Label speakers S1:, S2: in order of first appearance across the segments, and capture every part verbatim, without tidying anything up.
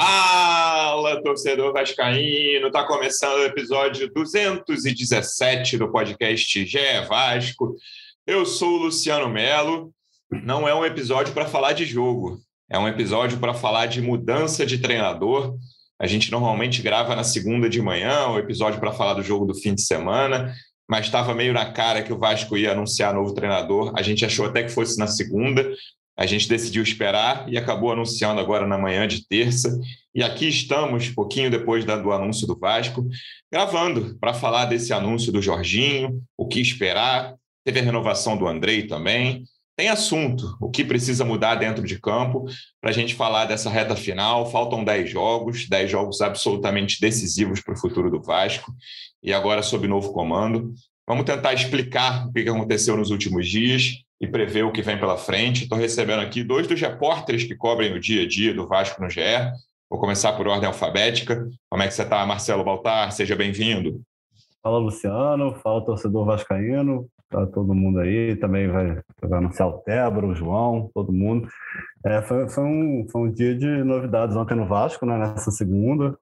S1: Fala, torcedor vascaíno! Está começando o episódio duzentos e dezessete do podcast G E Vasco. Eu sou o Luciano Melo. Não é um episódio para falar de jogo, é um episódio para falar de mudança de treinador. A gente normalmente grava na segunda de manhã, o episódio para falar do jogo do fim de semana, mas estava meio na cara que o Vasco ia anunciar novo treinador. A gente achou até que fosse na segunda. A gente decidiu esperar e acabou anunciando agora na manhã de terça. E aqui estamos, pouquinho depois do anúncio do Vasco, gravando para falar desse anúncio do Jorginho, o que esperar. Teve a renovação do Andrei também. Tem assunto, o que precisa mudar dentro de campo para a gente falar dessa reta final. Faltam dez jogos, dez jogos absolutamente decisivos para o futuro do Vasco. E agora sob novo comando. Vamos tentar explicar o que aconteceu nos últimos dias e prever o que vem pela frente. Estou recebendo aqui dois dos repórteres que cobrem o dia a dia do Vasco no G E. Vou começar por ordem alfabética. Como é que você está, Marcelo Baltar? Seja bem-vindo.
S2: Fala, Luciano. Fala, torcedor vascaíno. Tá todo mundo aí. Também vai, vai anunciar o Tebro, o João, todo mundo. É, foi, foi, um, foi um dia de novidades ontem no Vasco, né, nessa segunda.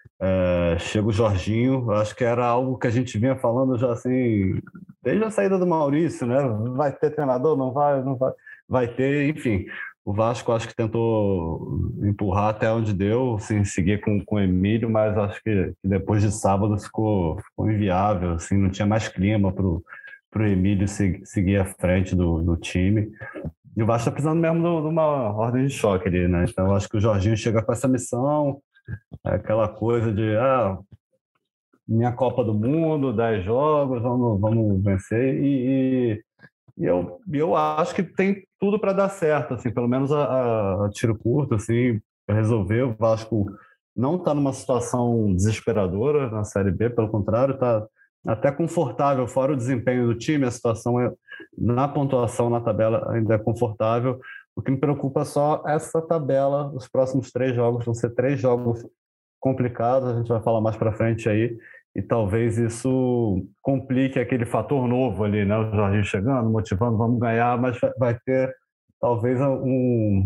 S2: É, chega o Jorginho, acho que era algo que a gente vinha falando já assim, desde a saída do Maurício, né? Vai ter treinador? Não vai? Não vai? Vai ter, enfim. O Vasco acho que tentou empurrar até onde deu, sem seguir com, com o Emílio, mas acho que, que depois de sábado ficou, ficou inviável, assim, não tinha mais clima para o Emílio seguir, seguir à frente do, do time. E o Vasco está precisando mesmo de uma ordem de choque ali, né? Então acho que o Jorginho chega com essa missão. Aquela coisa de ah, minha Copa do Mundo, dez jogos, vamos, vamos vencer. E, e eu, eu acho que tem tudo para dar certo, assim, pelo menos a, a, a tiro curto, assim, para resolver. O Vasco não está numa situação desesperadora na Série B, pelo contrário, está até confortável, fora o desempenho do time, a situação é, na pontuação, na tabela, ainda é confortável. O que me preocupa é só essa tabela. Os próximos três jogos vão ser três jogos complicados, a gente vai falar mais para frente aí, e talvez isso complique aquele fator novo ali, né? O Jorginho chegando, motivando, vamos ganhar, mas vai ter talvez um,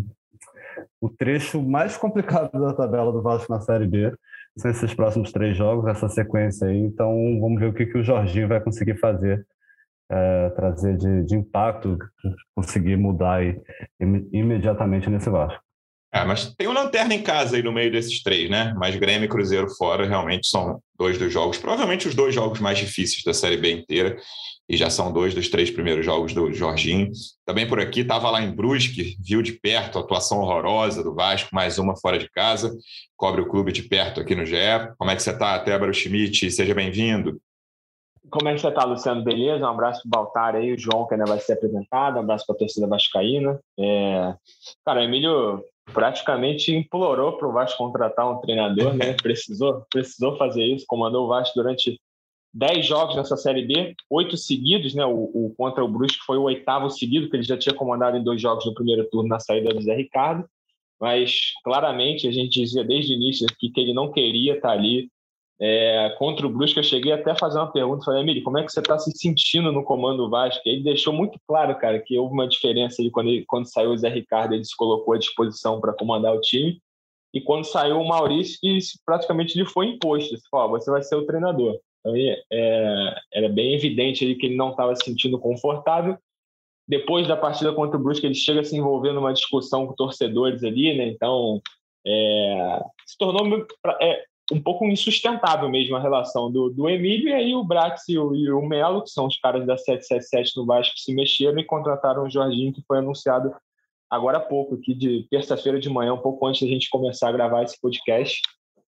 S2: o trecho mais complicado da tabela do Vasco na Série B, são esses próximos três jogos, essa sequência aí. Então vamos ver o que, que o Jorginho vai conseguir fazer. É, trazer de, de impacto, conseguir mudar aí, imediatamente nesse Vasco.
S1: É, mas tem um lanterna em casa aí no meio desses três, né? Mas Grêmio e Cruzeiro fora realmente são dois dos jogos, provavelmente os dois jogos mais difíceis da Série B inteira, e já são dois dos três primeiros jogos do Jorginho. Também por aqui, estava lá em Brusque, viu de perto a atuação horrorosa do Vasco, mais uma fora de casa, cobre o clube de perto aqui no G E. Como é que você está, Tébaro Schmidt? Seja bem-vindo.
S3: Como é que você está, Luciano? Beleza? Um abraço para o Baltar aí, o João, que ainda vai ser apresentado, um abraço para a torcida vascaína. É... Cara, o Emílio praticamente implorou para o Vasco contratar um treinador, né? Precisou, precisou fazer isso, comandou o Vasco durante dez jogos nessa Série B, oito seguidos, né? O, o contra o Brusque foi o oitavo seguido, que ele já tinha comandado em dois jogos no primeiro turno na saída do Zé Ricardo, mas claramente a gente dizia desde o início que, que ele não queria estar ali. É, contra o Brusque, eu cheguei até a fazer uma pergunta, falei, Emílio, como é que você está se sentindo no comando do Vasco? Ele deixou muito claro, cara, que houve uma diferença ali quando, ele, quando saiu o Zé Ricardo, ele se colocou à disposição para comandar o time, e quando saiu o Maurício, que praticamente lhe foi imposto, ele falou, oh, você vai ser o treinador. Então, é, era bem evidente ali que ele não estava se sentindo confortável. Depois da partida contra o Brusque, ele chega a se envolver numa discussão com torcedores ali, né? Então é, se tornou é, um pouco insustentável mesmo a relação do, do Emílio, e aí o Brax e o, e o Melo, que são os caras da sete sete sete no Vasco, se mexeram e contrataram o Jorginho, que foi anunciado agora há pouco, aqui de terça-feira de manhã, um pouco antes da gente começar a gravar esse podcast.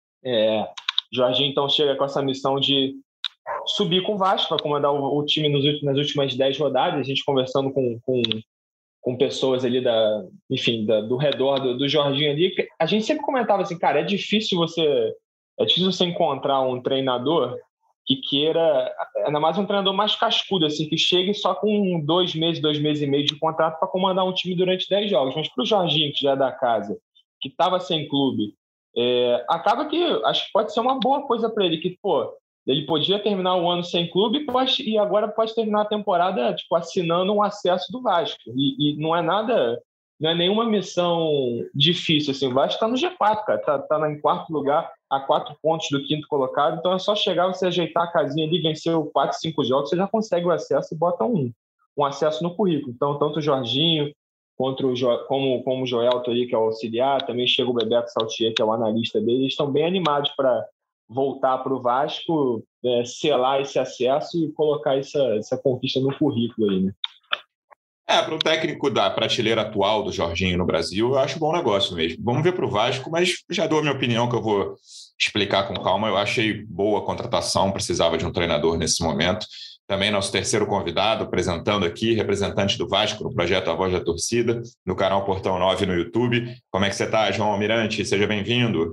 S3: É, Jorginho, então, chega com essa missão de subir com o Vasco, vai comandar o, o time nos, nas últimas dez rodadas, a gente conversando com, com, com pessoas ali, da, enfim, da, do redor do, do Jorginho ali, a gente sempre comentava assim, cara, é difícil você... É difícil você encontrar um treinador que queira, ainda mais um treinador mais cascudo, assim, que chegue só com dois meses, dois meses e meio de contrato para comandar um time durante dez jogos. Mas para o Jorginho, que já é da casa, que estava sem clube, é, acaba que acho que pode ser uma boa coisa para ele, que, pô, ele podia terminar o ano sem clube pode, e agora pode terminar a temporada tipo, assinando um acesso do Vasco. E, e não é nada não é nenhuma missão difícil, assim, o Vasco está no G quatro, cara, está tá em quarto lugar, a quatro pontos do quinto colocado, então é só chegar, você ajeitar a casinha ali, vencer o quatro, cinco jogos, você já consegue o acesso e bota um, um acesso no currículo. Então, tanto o Jorginho, contra o jo, como, como o Joelto aí, que é o auxiliar, também chega o Bebeto Saltier, que é o analista dele, eles estão bem animados para voltar para o Vasco, é, selar esse acesso e colocar essa, essa conquista no currículo aí, né?
S1: É, para um técnico da prateleira atual do Jorginho no Brasil, eu acho bom negócio mesmo. Vamos ver para o Vasco, mas já dou a minha opinião, que eu vou explicar com calma. Eu achei boa a contratação, precisava de um treinador nesse momento. Também nosso terceiro convidado, apresentando aqui, representante do Vasco no projeto A Voz da Torcida, no canal Portão nove no YouTube. Como é que você está, João Almirante? Seja bem-vindo.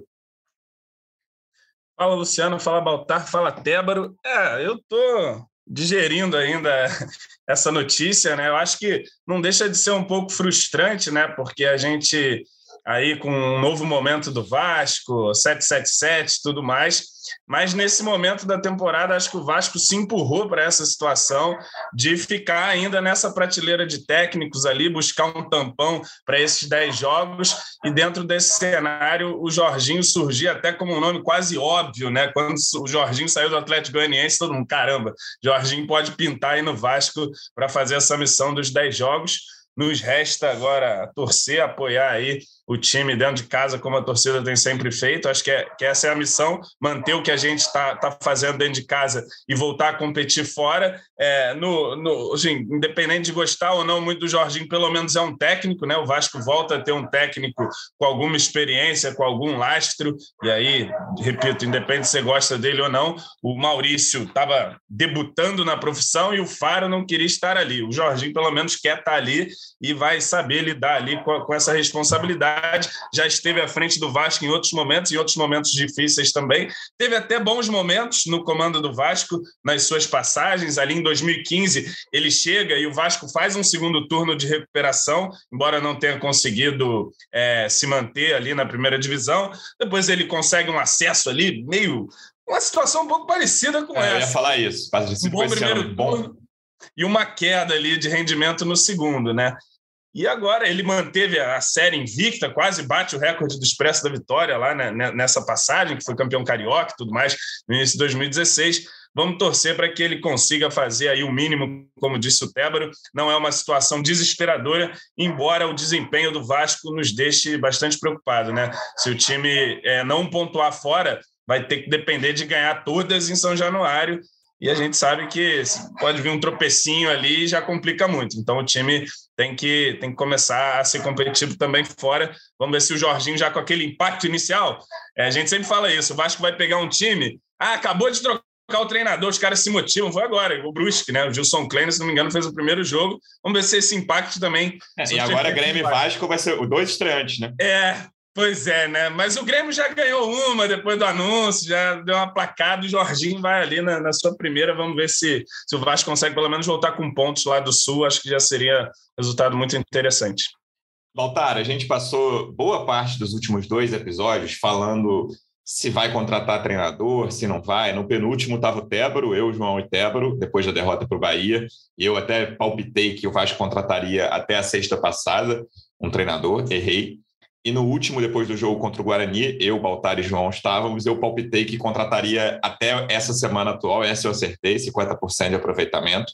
S4: Fala, Luciano. Fala, Baltar. Fala, Tébaro. É, eu tô digerindo ainda essa notícia, né? Eu acho que não deixa de ser um pouco frustrante, né? Porque a gente aí com um novo momento do Vasco, sete sete sete, tudo mais, mas nesse momento da temporada acho que o Vasco se empurrou para essa situação de ficar ainda nessa prateleira de técnicos ali, buscar um tampão para esses dez jogos, e dentro desse cenário o Jorginho surgia até como um nome quase óbvio, né? Quando o Jorginho saiu do Atlético Goianiense, todo mundo, caramba, Jorginho pode pintar aí no Vasco para fazer essa missão dos dez jogos. Nos resta agora torcer, apoiar aí o time dentro de casa, como a torcida tem sempre feito. Acho que, é, que essa é a missão, manter o que a gente está tá fazendo dentro de casa e voltar a competir fora. É, no, no, assim, independente de gostar ou não muito do Jorginho, pelo menos é um técnico, né? O Vasco volta a ter um técnico com alguma experiência, com algum lastro, e aí, repito, independente se você gosta dele ou não, o Maurício estava debutando na profissão e o Faro não queria estar ali. O Jorginho, pelo menos, quer estar ali e vai saber lidar ali com, com essa responsabilidade. Já esteve à frente do Vasco em outros momentos, em outros momentos difíceis também. Teve até bons momentos no comando do Vasco, nas suas passagens. Ali em dois mil e quinze, ele chega e o Vasco faz um segundo turno de recuperação, embora não tenha conseguido é, se manter ali na primeira divisão. Depois ele consegue um acesso ali, meio... uma situação um pouco parecida com
S1: é,
S4: essa.
S1: Eu ia falar isso.
S4: Um bom primeiro turno e uma queda ali de rendimento no segundo, né? E agora ele manteve a série invicta, quase bate o recorde do Expresso da Vitória lá, né, nessa passagem, que foi campeão carioca e tudo mais, no início de dois mil e dezesseis. Vamos torcer para que ele consiga fazer aí o mínimo, como disse o Tébaro. Não é uma situação desesperadora, embora o desempenho do Vasco nos deixe bastante preocupado, né? Se o time é, não pontuar fora, vai ter que depender de ganhar todas em São Januário, e a gente sabe que pode vir um tropecinho ali e já complica muito. Então o time tem que, tem que começar a ser competitivo também fora. Vamos ver se o Jorginho, já com aquele impacto inicial, é, a gente sempre fala isso, o Vasco vai pegar um time, ah, acabou de trocar o treinador, os caras se motivam, foi agora, o Brusque, né? O Gilson Kleiner, se não me engano, fez o primeiro jogo. Vamos ver se esse impacto também...
S1: É, e agora Grêmio e Vasco vai ser os dois estreantes, né?
S4: É... Pois é, né? Mas o Grêmio já ganhou uma depois do anúncio, já deu uma placada, o Jorginho vai ali na, na sua primeira. Vamos ver se, se o Vasco consegue pelo menos voltar com pontos lá do Sul. Acho que já seria resultado muito interessante.
S1: Baltar, a gente passou boa parte dos últimos dois episódios falando se vai contratar treinador, se não vai. No penúltimo estava o Tébaro, eu, João e Tébaro, depois da derrota para o Bahia. E eu até palpitei que o Vasco contrataria até a sexta passada um treinador, errei. E no último, depois do jogo contra o Guarani, eu, Baltar e João estávamos, eu palpitei que contrataria até essa semana atual, essa eu acertei, cinquenta por cento de aproveitamento.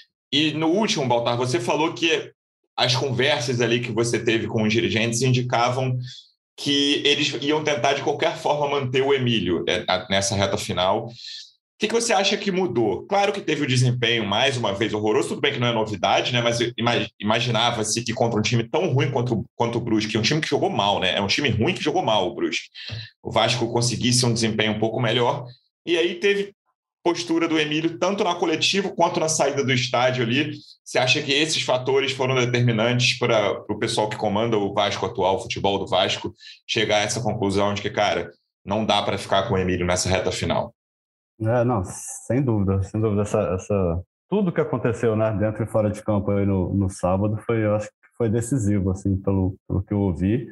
S1: E no último, Baltar, você falou que as conversas ali que você teve com os dirigentes indicavam que eles iam tentar de qualquer forma manter o Emílio nessa reta final. O que, que você acha que mudou? Claro que teve o desempenho, mais uma vez, horroroso. Tudo bem que não é novidade, né? Mas imaginava-se que contra um time tão ruim quanto, quanto o Brusque, um time que jogou mal, né? É um time ruim que jogou mal, o Brusque. O Vasco conseguisse um desempenho um pouco melhor. E aí teve postura do Emílio, tanto na coletiva quanto na saída do estádio ali. Você acha que esses fatores foram determinantes para o pessoal que comanda o Vasco atual, o futebol do Vasco, chegar a essa conclusão de que, cara, não dá para ficar com o Emílio nessa reta final?
S2: É, não, sem dúvida, sem dúvida. Essa, essa, tudo que aconteceu, né, dentro e fora de campo aí no, no sábado, foi, eu acho que foi decisivo, assim, pelo, pelo que eu ouvi.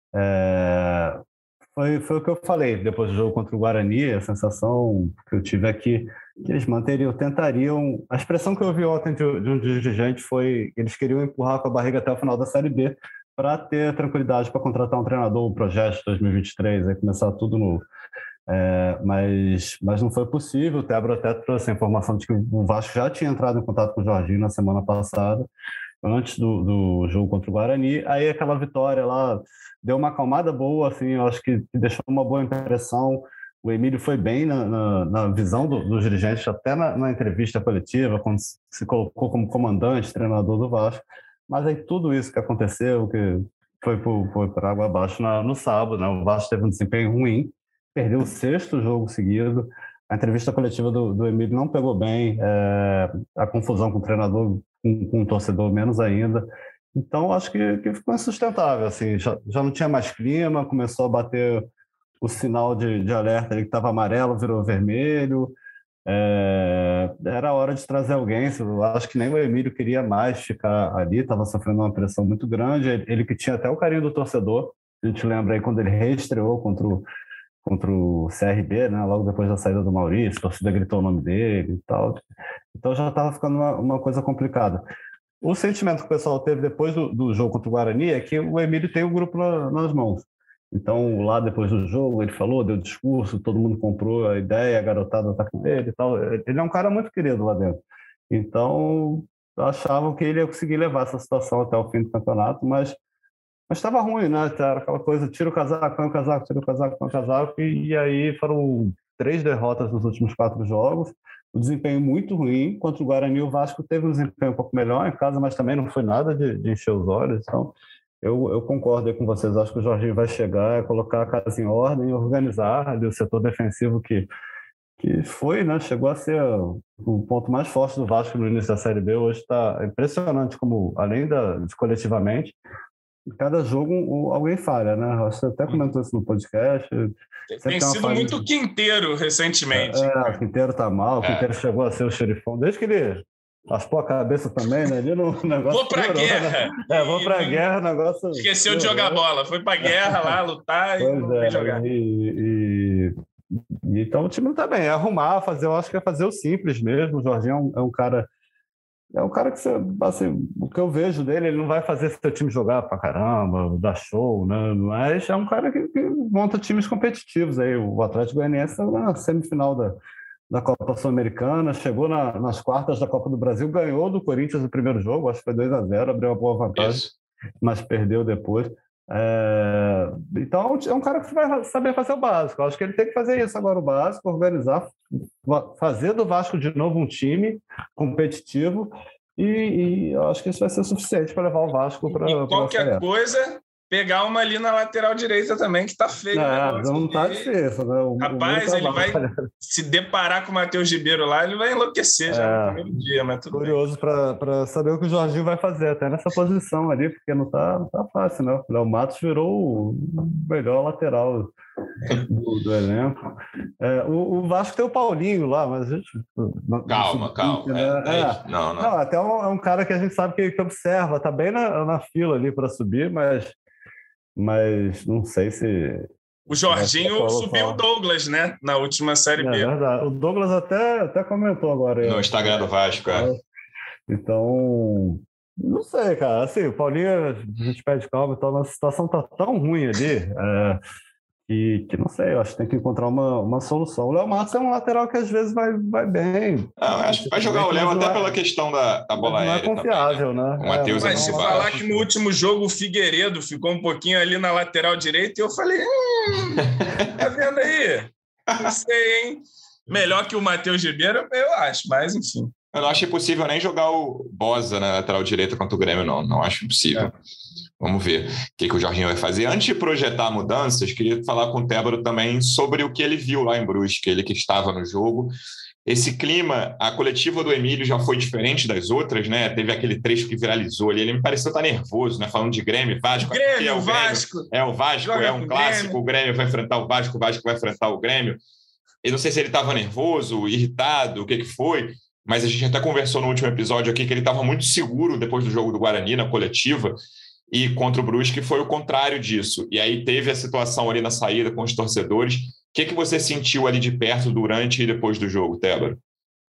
S2: É, foi, foi o que eu falei depois do jogo contra o Guarani. A sensação que eu tive é que, que eles manteriam, tentariam... A expressão que eu ouvi ontem de, de um dirigente foi que eles queriam empurrar com a barriga até o final da Série B para ter tranquilidade para contratar um treinador, o projeto dois mil e vinte e três, aí começar tudo novo. É, mas, mas não foi possível. O Tebro até trouxe a informação de que o Vasco já tinha entrado em contato com o Jorginho na semana passada, antes do, do jogo contra o Guarani. Aí aquela vitória lá deu uma acalmada boa, assim, eu acho que deixou uma boa impressão. O Emílio foi bem na, na, na visão do, dos dirigentes, até na, na entrevista coletiva, quando se colocou como comandante, treinador do Vasco. Mas aí tudo isso que aconteceu, que foi para água abaixo na, no sábado, né? O Vasco teve um desempenho ruim, perdeu o sexto jogo seguido. A entrevista coletiva do, do Emílio não pegou bem, é, a confusão com o treinador, com, com o torcedor menos ainda. Então, acho que, que ficou insustentável. Assim, já, já não tinha mais clima, começou a bater o sinal de, de alerta ali que estava amarelo, virou vermelho. É, era hora de trazer alguém. Eu acho que nem o Emílio queria mais ficar ali, estava sofrendo uma pressão muito grande. Ele, ele que tinha até o carinho do torcedor. A gente lembra aí quando ele reestreou contra o contra o C R B, né? Logo depois da saída do Maurício, a torcida gritou o nome dele e tal. Então já estava ficando uma, uma coisa complicada. O sentimento que o pessoal teve depois do, do jogo contra o Guarani é que o Emílio tem o grupo na, nas mãos. Então, lá depois do jogo, ele falou, deu discurso, todo mundo comprou a ideia, a garotada está com ele e tal. Ele é um cara muito querido lá dentro. Então, achavam que ele ia conseguir levar essa situação até o fim do campeonato, mas Mas estava ruim, né? Era aquela coisa, tira o casaco, põe o casaco, tira o casaco, põe o casaco. E, e aí foram três derrotas nos últimos quatro jogos. O desempenho muito ruim. Contra o Guarani, o Vasco teve um desempenho um pouco melhor em casa, mas também não foi nada de, de encher os olhos. Então, eu, eu concordo aí com vocês. Acho que o Jorginho vai chegar, colocar a casa em ordem, organizar ali o setor defensivo que, que foi, né? Chegou a ser o ponto mais forte do Vasco no início da Série B. Hoje está impressionante como, além da, de coletivamente, cada jogo alguém falha, né? Você até comentou isso no podcast.
S4: Tem sido muito Quinteiro recentemente.
S2: É, é o Quinteiro tá mal, o Quinteiro é. chegou a ser o xerifão. Desde que ele raspou a cabeça também, né? Ali no negócio.
S4: Vou pra
S2: piorou,
S4: guerra!
S2: Né? É, vou pra e... guerra, o negócio.
S4: Esqueceu de jogar bola, foi pra guerra lá, lutar
S2: pois
S4: e não
S2: é,
S4: jogar.
S2: E, e, e, então o time não tá bem. É arrumar, fazer, eu acho que é fazer o simples mesmo. O Jorginho é um, é um cara. É um cara que, você, assim, o que eu vejo dele, ele não vai fazer seu time jogar pra caramba, dar show, né? Mas é um cara que, que monta times competitivos. Aí, o Atlético Goianiense está na semifinal da, da Copa Sul-Americana, chegou na, nas quartas da Copa do Brasil, ganhou do Corinthians no primeiro jogo, acho que foi dois a zero, abriu uma boa vantagem, Isso. mas perdeu depois. É... Então, é um cara que vai saber fazer o básico. Eu acho que ele tem que fazer isso agora, o básico, organizar, fazer do Vasco de novo um time competitivo e, e eu acho que isso vai ser suficiente para levar o Vasco para
S4: qualquer coisa, pegar uma ali na lateral direita também, que está feio.
S2: É, né? Não está difícil. Né? O,
S4: Rapaz,
S2: o
S4: ele vai se deparar com o Matheus Ribeiro lá, ele vai enlouquecer já é, no primeiro dia, mas tudo
S2: curioso para saber o que o Jorginho vai fazer, até nessa posição ali, porque não está não tá fácil, né? O Léo Matos virou o melhor lateral do, do elenco. É, o, o Vasco tem o Paulinho lá, mas a gente...
S1: Calma, isso, calma.
S2: Né?
S1: É, é,
S2: é,
S1: não, não.
S2: não, até um, é um cara que a gente sabe que, que observa, está bem na, na fila ali para subir, mas... mas não sei se...
S4: O Jorginho subiu o Douglas, né? Na última Série B.
S2: É verdade. O Douglas até, até comentou agora.
S1: No Instagram do Vasco, é.
S2: Então, não sei, cara. Assim, o Paulinho, a gente pede calma, então a situação tá tão ruim ali é, que, que não sei, eu acho que tem que encontrar uma, uma solução. O Léo Matos é um lateral que às vezes vai, vai bem.
S1: Não, acho que vai jogar o Léo até é, pela questão da, da bola aérea.
S2: Não é confiável,
S1: também, né?
S2: né?
S1: O Matheus
S4: é,
S1: é
S4: mas se falar baixo. Que no último jogo o Figueiredo ficou um pouquinho ali na lateral direita e eu falei, hum, tá vendo aí? Não sei, hein? Melhor que o Matheus Ribeiro, eu acho, mas enfim.
S1: Eu não acho possível nem jogar o Bosa na lateral direita contra o Grêmio, não. Não acho possível. É. Vamos ver o que, que o Jorginho vai fazer. Antes de projetar mudanças, queria falar com o Tébaro também sobre o que ele viu lá em Brusque, ele que estava no jogo. Esse clima, a coletiva do Emílio já foi diferente das outras, né? Teve aquele trecho que viralizou ali. Ele me pareceu estar nervoso, né? Falando de Grêmio, Vasco.
S4: Grêmio,
S1: é o
S4: Vasco.
S1: Grêmio, é o Vasco, é um clássico. Grêmio. O Grêmio vai enfrentar o Vasco, o Vasco vai enfrentar o Grêmio. Eu não sei se ele estava nervoso, irritado, o que, que foi, mas a gente até conversou no último episódio aqui que ele estava muito seguro depois do jogo do Guarani, na coletiva, e contra o Brusque foi o contrário disso. E aí teve a situação ali na saída com os torcedores. O que, que você sentiu ali de perto durante e depois do jogo, Tébaro?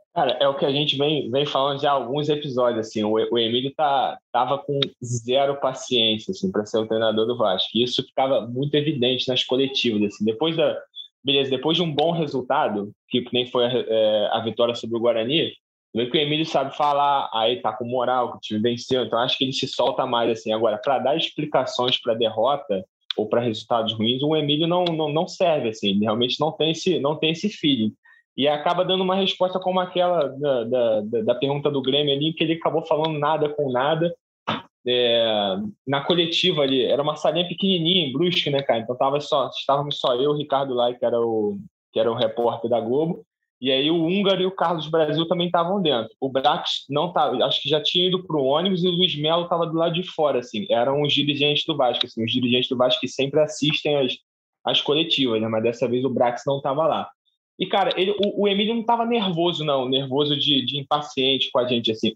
S3: Cara, é o que a gente vem, vem falando já há alguns episódios, assim, o, o Emílio tá, tava com zero paciência, assim, para ser o treinador do Vasco, e isso ficava muito evidente nas coletivas, assim, depois da, beleza, depois de um bom resultado, que nem foi a, é, a vitória sobre o Guarani, vê que o Emílio sabe falar, aí tá com moral, que o time venceu, então acho que ele se solta mais, assim, agora, para dar explicações para derrota ou para resultados ruins, o Emílio não, não, não serve, assim, ele realmente não tem esse, não tem esse feeling. E acaba dando uma resposta como aquela da, da, da pergunta do Grêmio ali, que ele acabou falando nada com nada. É, na coletiva ali, era uma salinha pequenininha em Brusque, né, cara? Então tava só, estávamos só eu, o Ricardo Lai, que era o, que era o repórter da Globo, e aí o Húngaro e o Carlos Brasil também estavam dentro. O Brax não tava, acho que já tinha ido para o ônibus, e o Luiz Melo estava do lado de fora, assim. Eram os dirigentes do Vasco, assim, os dirigentes do Vasco que sempre assistem as, as coletivas, né? Mas dessa vez o Brax não estava lá. E, cara, ele, o, o Emílio não estava nervoso, não, nervoso de, de impaciente com a gente, assim.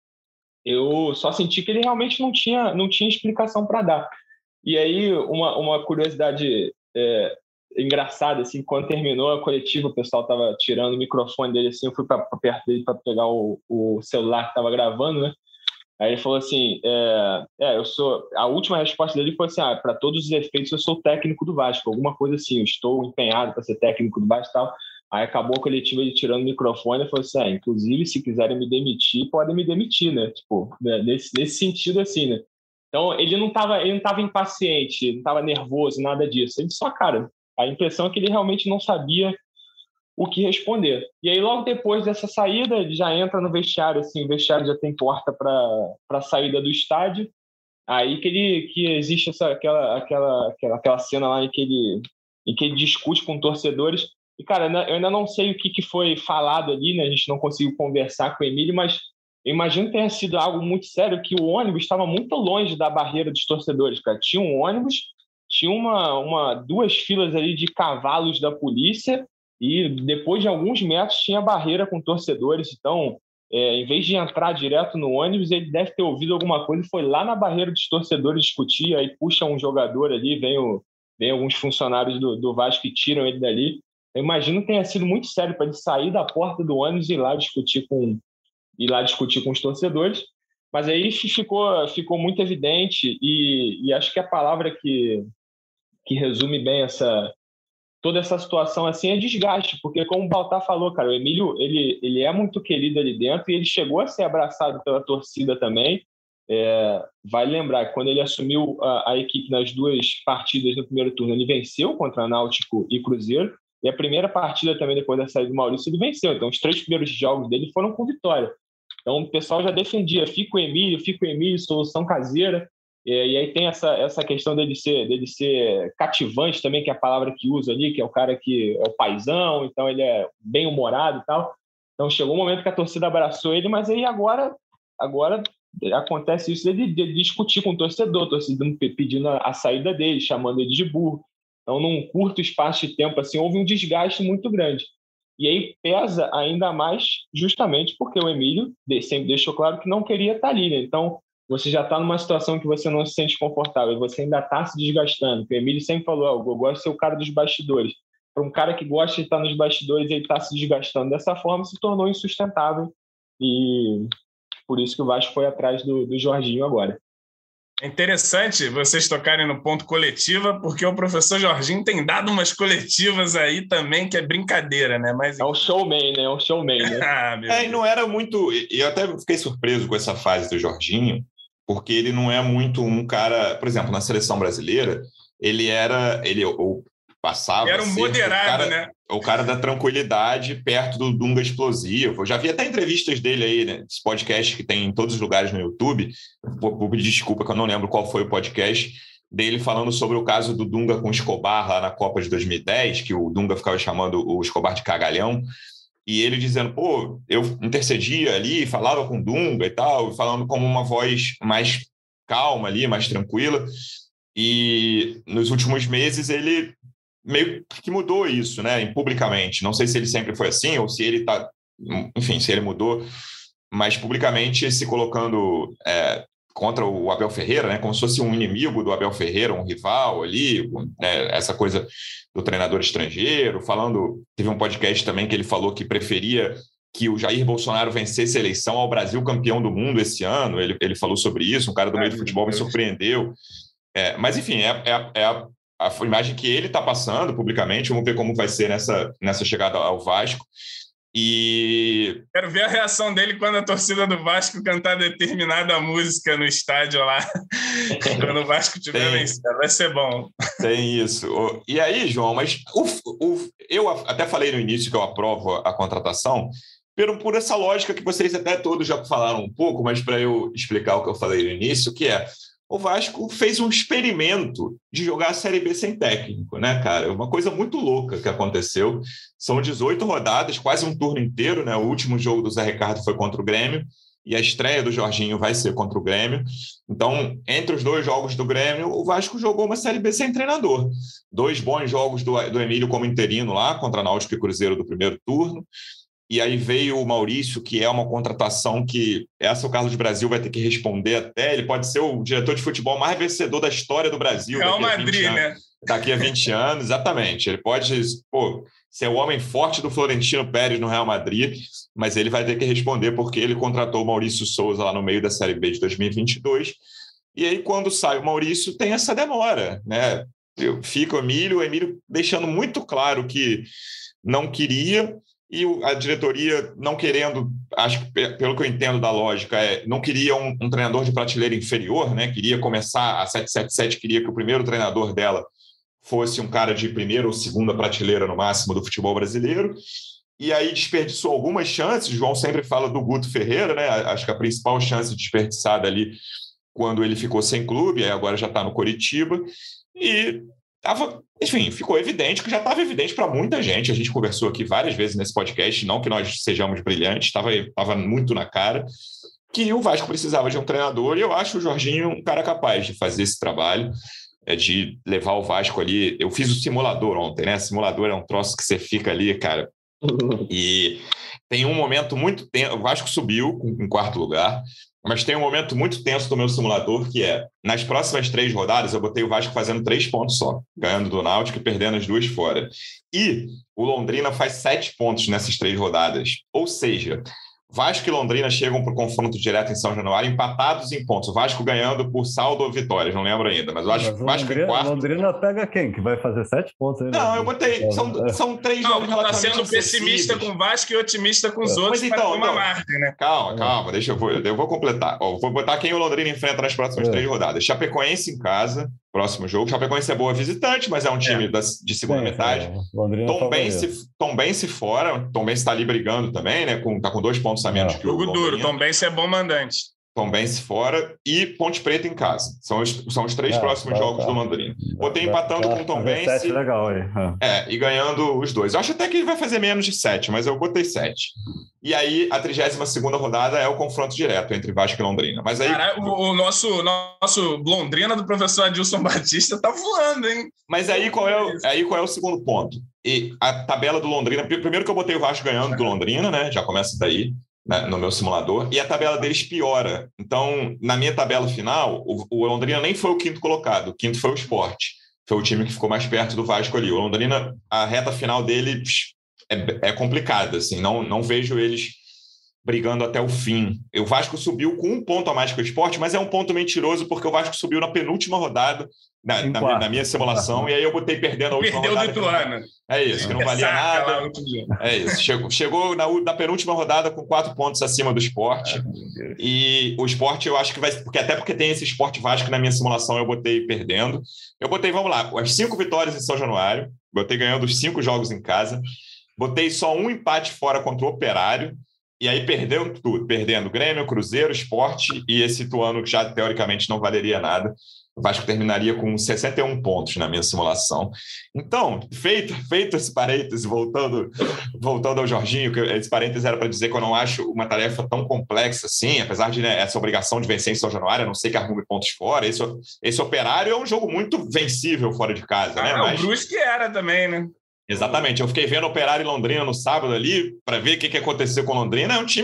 S3: Eu só senti que ele realmente não tinha, não tinha explicação para dar. E aí, uma, uma curiosidade é, engraçada, assim, quando terminou a coletiva, o pessoal estava tirando o microfone dele, assim, eu fui para perto dele para pegar o, o celular que estava gravando, né? Aí ele falou assim, é, é, eu sou... A última resposta dele foi assim, ah, para todos os efeitos eu sou técnico do Vasco, alguma coisa assim, eu estou empenhado para ser técnico do Vasco e tal. Aí acabou a coletiva ele tirando o microfone e falou assim, ah, inclusive se quiserem me demitir, podem me demitir, né? Tipo, né? Nesse, nesse sentido assim, né? Então ele não estava ele não tava impaciente, não estava nervoso, nada disso. Ele só, cara, a impressão é que ele realmente não sabia o que responder. E aí, logo depois dessa saída, ele já entra no vestiário, assim, o vestiário já tem porta para a saída do estádio. Aí que, ele, que existe essa, aquela, aquela, aquela, aquela cena lá em que, ele, em que ele discute com torcedores. E, cara, eu ainda não sei o que, que foi falado ali, né? A gente não conseguiu conversar com o Emílio, mas eu imagino que tenha sido algo muito sério, que o ônibus estava muito longe da barreira dos torcedores, cara. Tinha um ônibus, tinha uma, uma, duas filas ali de cavalos da polícia, e depois de alguns metros tinha barreira com torcedores. Então, é, em vez de entrar direto no ônibus, ele deve ter ouvido alguma coisa e foi lá na barreira dos torcedores discutir, aí puxa um jogador ali, vem, o, vem alguns funcionários do, do Vasco que tiram ele dali. Eu imagino que tenha sido muito sério para ele sair da porta do ônibus e ir lá discutir com, ir lá discutir com os torcedores. Mas aí ficou, ficou muito evidente, e, e acho que a palavra que, que resume bem essa... toda essa situação assim é desgaste, porque como o Baltar falou, cara, o Emílio ele, ele é muito querido ali dentro e ele chegou a ser abraçado pela torcida também. É, vale lembrar que quando ele assumiu a, a equipe nas duas partidas no primeiro turno, ele venceu contra Náutico e Cruzeiro, e a primeira partida também depois da saída do Maurício ele venceu, então os três primeiros jogos dele foram com vitória. Então o pessoal já defendia, fica o Emílio, fica o Emílio, solução caseira. E aí tem essa, essa questão dele ser, dele ser cativante também, que é a palavra que usa ali, que é o cara que é o paizão, então ele é bem humorado e tal. Então chegou um momento que a torcida abraçou ele, mas aí agora, agora acontece isso de, de discutir com o torcedor, o torcedor pedindo a, a saída dele, chamando ele de burro. Então num curto espaço de tempo assim, houve um desgaste muito grande. E aí pesa ainda mais justamente porque o Emílio sempre deixou claro que não queria estar ali, né? Então você já está numa situação que você não se sente confortável, você ainda está se desgastando. O Emílio sempre falou, oh, eu gosto de ser o cara dos bastidores. Para um cara que gosta de estar nos bastidores e ele está se desgastando dessa forma, se tornou insustentável. E por isso que o Vasco foi atrás do, do Jorginho agora.
S4: É interessante vocês tocarem no ponto coletiva, porque o professor Jorginho tem dado umas coletivas aí também, que é brincadeira, né? Mas...
S3: É um showman, né? É um showman, né?
S1: ah, meu é, e não era muito... E eu até fiquei surpreso com essa fase do Jorginho, porque ele não é muito um cara... Por exemplo, na seleção brasileira, ele era... Ele ou passava
S4: era um moderado,
S1: o cara,
S4: né?
S1: O cara da tranquilidade perto do Dunga explosivo. Eu já vi até entrevistas dele aí, né? Esse podcast que tem em todos os lugares no YouTube. Vou, vou pedir desculpa que eu não lembro qual foi o podcast dele falando sobre o caso do Dunga com o Escobar lá na Copa de dois mil e dez, que o Dunga ficava chamando o Escobar de cagalhão. E ele dizendo, pô, eu intercedia ali, falava com o Dunga e tal, falando como uma voz mais calma ali, mais tranquila. E nos últimos meses ele meio que mudou isso, né, publicamente. Não sei se ele sempre foi assim ou se ele está... Enfim, se ele mudou, mas publicamente se colocando é, contra o Abel Ferreira, né, como se fosse um inimigo do Abel Ferreira, um rival ali, né, essa coisa do treinador estrangeiro, falando... Teve um podcast também que ele falou que preferia que o Jair Bolsonaro vencesse a eleição ao Brasil campeão do mundo esse ano. Ele, ele falou sobre isso, um cara do meio do futebol me surpreendeu. É, mas, enfim, é, é, é a, a imagem que ele está passando publicamente. Vamos ver como vai ser nessa, nessa chegada ao Vasco. E...
S4: Quero ver a reação dele quando a torcida do Vasco cantar determinada música no estádio lá. Quando o Vasco tiver vencido. Vai ser bom.
S1: Tem isso. E aí, João, mas o, o, eu até falei no início que eu aprovo a contratação por, por essa lógica que vocês até todos já falaram um pouco, mas para eu explicar o que eu falei no início, que é o Vasco fez um experimento de jogar a Série B sem técnico, né, cara? Uma coisa muito louca que aconteceu. São dezoito rodadas, quase um turno inteiro, né? O último jogo do Zé Ricardo foi contra o Grêmio e a estreia do Jorginho vai ser contra o Grêmio. Então, entre os dois jogos do Grêmio, o Vasco jogou uma Série B sem treinador. Dois bons jogos do, do Emílio como interino lá, contra Náutico e Cruzeiro do primeiro turno. E aí veio o Maurício, que é uma contratação que essa o Carlos Brasil vai ter que responder até. Ele pode ser o diretor de futebol mais vencedor da história do Brasil.
S4: Real Madrid, né?
S1: Daqui a vinte anos, exatamente. Ele pode pô, ser o homem forte do Florentino Pérez no Real Madrid, mas ele vai ter que responder porque ele contratou o Maurício Souza lá no meio da Série B de dois mil e vinte e dois. E aí, quando sai o Maurício, tem essa demora, né? Fica o Emílio, o Emílio deixando muito claro que não queria... E a diretoria não querendo, acho que pelo que eu entendo da lógica, é, não queria um, um treinador de prateleira inferior, né? Queria começar, a sete sete sete queria que o primeiro treinador dela fosse um cara de primeira ou segunda prateleira no máximo do futebol brasileiro. E aí desperdiçou algumas chances. O João sempre fala do Guto Ferreira, né? Acho que a principal chance desperdiçada ali quando ele ficou sem clube, aí agora já está no Coritiba. E Tava, enfim, ficou evidente, que já estava evidente para muita gente. A gente conversou aqui várias vezes nesse podcast, não que nós sejamos brilhantes, estava muito na cara, que o Vasco precisava de um treinador, e eu acho o Jorginho um cara capaz de fazer esse trabalho, é, de levar o Vasco ali. Eu fiz o simulador ontem, né? Simulador é um troço que você fica ali, cara, e tem um momento muito tenso. O Vasco subiu em quarto lugar, mas tem um momento muito tenso do meu simulador, que é, nas próximas três rodadas, eu botei o Vasco fazendo três pontos só, ganhando do Náutico e perdendo as duas fora. E o Londrina faz sete pontos nessas três rodadas. Ou seja, Vasco e Londrina chegam para o confronto direto em São Januário, empatados em pontos. O Vasco ganhando por saldo ou vitórias, não lembro ainda. Mas o Vasco, mas o Vasco
S2: Londrina,
S1: em quarto...
S2: Londrina pega quem? Que vai fazer sete pontos aí?
S1: Não, eu botei... São, são três jogos relativamente
S4: Está sendo pessimista com o Vasco e otimista com os é. outros.
S1: Mas então,
S4: uma
S1: então
S4: marca, né?
S1: Calma, calma. Deixa eu... Vou, eu vou completar. Ó, vou botar quem o Londrina enfrenta nas próximas é. três rodadas. Chapecoense em casa, próximo jogo. Chapecoense é boa visitante, mas é um time é. da, de segunda Sim, metade. É. Tombense, Tombense fora. Tombense está ali brigando também, né? Com, tá com dois pontos a menos é. que o Londrina. Duro,
S4: Tombense é bom mandante.
S1: Tombense fora e Ponte Preta em casa. São os, são os três é, próximos tá, jogos tá. do Londrina. Botei empatando tá, com o Tombense.
S2: Legal aí.
S1: É, e ganhando os dois. Eu acho até que ele vai fazer menos de sete, mas eu botei sete. E aí, a trigésima segunda rodada é o confronto direto entre Vasco e Londrina. Mas aí...
S4: Caralho, o, o nosso, nosso Londrina do professor Adilson Batista tá voando, hein?
S1: Mas aí qual é o, aí qual é o segundo ponto? E a tabela do Londrina... Primeiro que eu botei o Vasco ganhando do Londrina, né? Já começa daí. No meu simulador, e a tabela deles piora. Então, na minha tabela final, o, o Londrina nem foi o quinto colocado, o quinto foi o Sport. Foi o time que ficou mais perto do Vasco ali. O Londrina, a reta final dele é, é complicada, assim, não, não vejo eles brigando até o fim. O Vasco subiu com um ponto a mais que o Sport, mas é um ponto mentiroso, porque o Vasco subiu na penúltima rodada, na, na, minha, na minha simulação, e aí eu botei perdendo a última
S4: Perdeu
S1: rodada.
S4: Perdeu do Ituano.
S1: É isso, que não valia nada. É isso, chegou, chegou na, na penúltima rodada com quatro pontos acima do Sport. Ah, e o Sport eu acho que vai... Porque, até porque tem esse Sport Vasco na minha simulação, eu botei perdendo. Eu botei, vamos lá, as cinco vitórias em São Januário, botei ganhando os cinco jogos em casa, botei só um empate fora contra o Operário, e aí perdeu tudo, perdendo Grêmio, Cruzeiro, Sport e esse Ituano que já teoricamente não valeria nada. O Vasco terminaria com sessenta e um pontos na minha simulação. Então, feito, feito esse parêntese, voltando, voltando ao Jorginho, que esse parêntese era para dizer que eu não acho uma tarefa tão complexa assim, apesar de, né, essa obrigação de vencer em São Januário, a não sei que arrume pontos fora. Esse, esse Operário é um jogo muito vencível fora de casa. Ah, né?
S4: Mas... O Brusque era também, né?
S1: Exatamente. Eu fiquei vendo Operário e Londrina no sábado ali para ver o que, que aconteceu com Londrina. É um time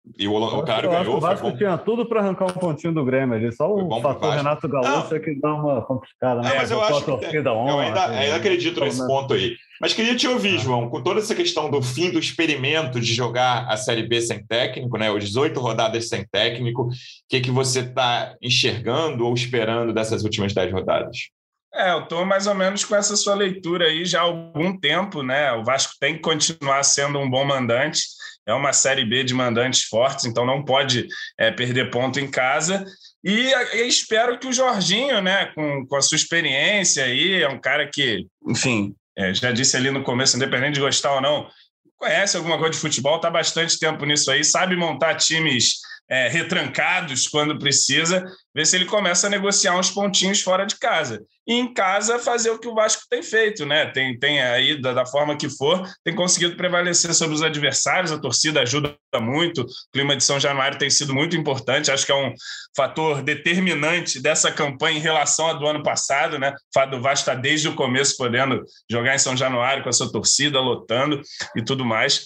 S1: E o Operário
S2: eu
S1: ganhou.
S2: O Vasco
S1: foi bom.
S2: tinha tudo para arrancar um pontinho do Grêmio ali. Só o fator Renato Gaúcho é que dá uma complicada.
S1: Não,
S2: né?
S1: mas eu acho que tem, eu ainda, ainda acredito nesse menos. ponto aí. Mas queria te ouvir, ah. João, com toda essa questão do fim do experimento de jogar a Série B sem técnico, né? Os dezoito rodadas sem técnico, o que, que você está enxergando ou esperando dessas últimas dez rodadas?
S4: É, eu estou mais ou menos com essa sua leitura aí já há algum tempo, né? O Vasco tem que continuar sendo um bom mandante, é uma Série B de mandantes fortes, então não pode é, perder ponto em casa. E, e espero que o Jorginho, né, com, com a sua experiência aí, é um cara que, enfim, é, já disse ali no começo, independente de gostar ou não, conhece alguma coisa de futebol, está há bastante tempo nisso aí, sabe montar times é, retrancados quando precisa, ver se ele começa a negociar uns pontinhos fora de casa. E em casa fazer o que o Vasco tem feito, né? Tem, tem aí, da, da forma que for, tem conseguido prevalecer sobre os adversários, a torcida ajuda muito, o clima de São Januário tem sido muito importante, acho que é um fator determinante dessa campanha em relação à do ano passado, né? O fato do Vasco estar desde o começo podendo jogar em São Januário com a sua torcida, lotando e tudo mais.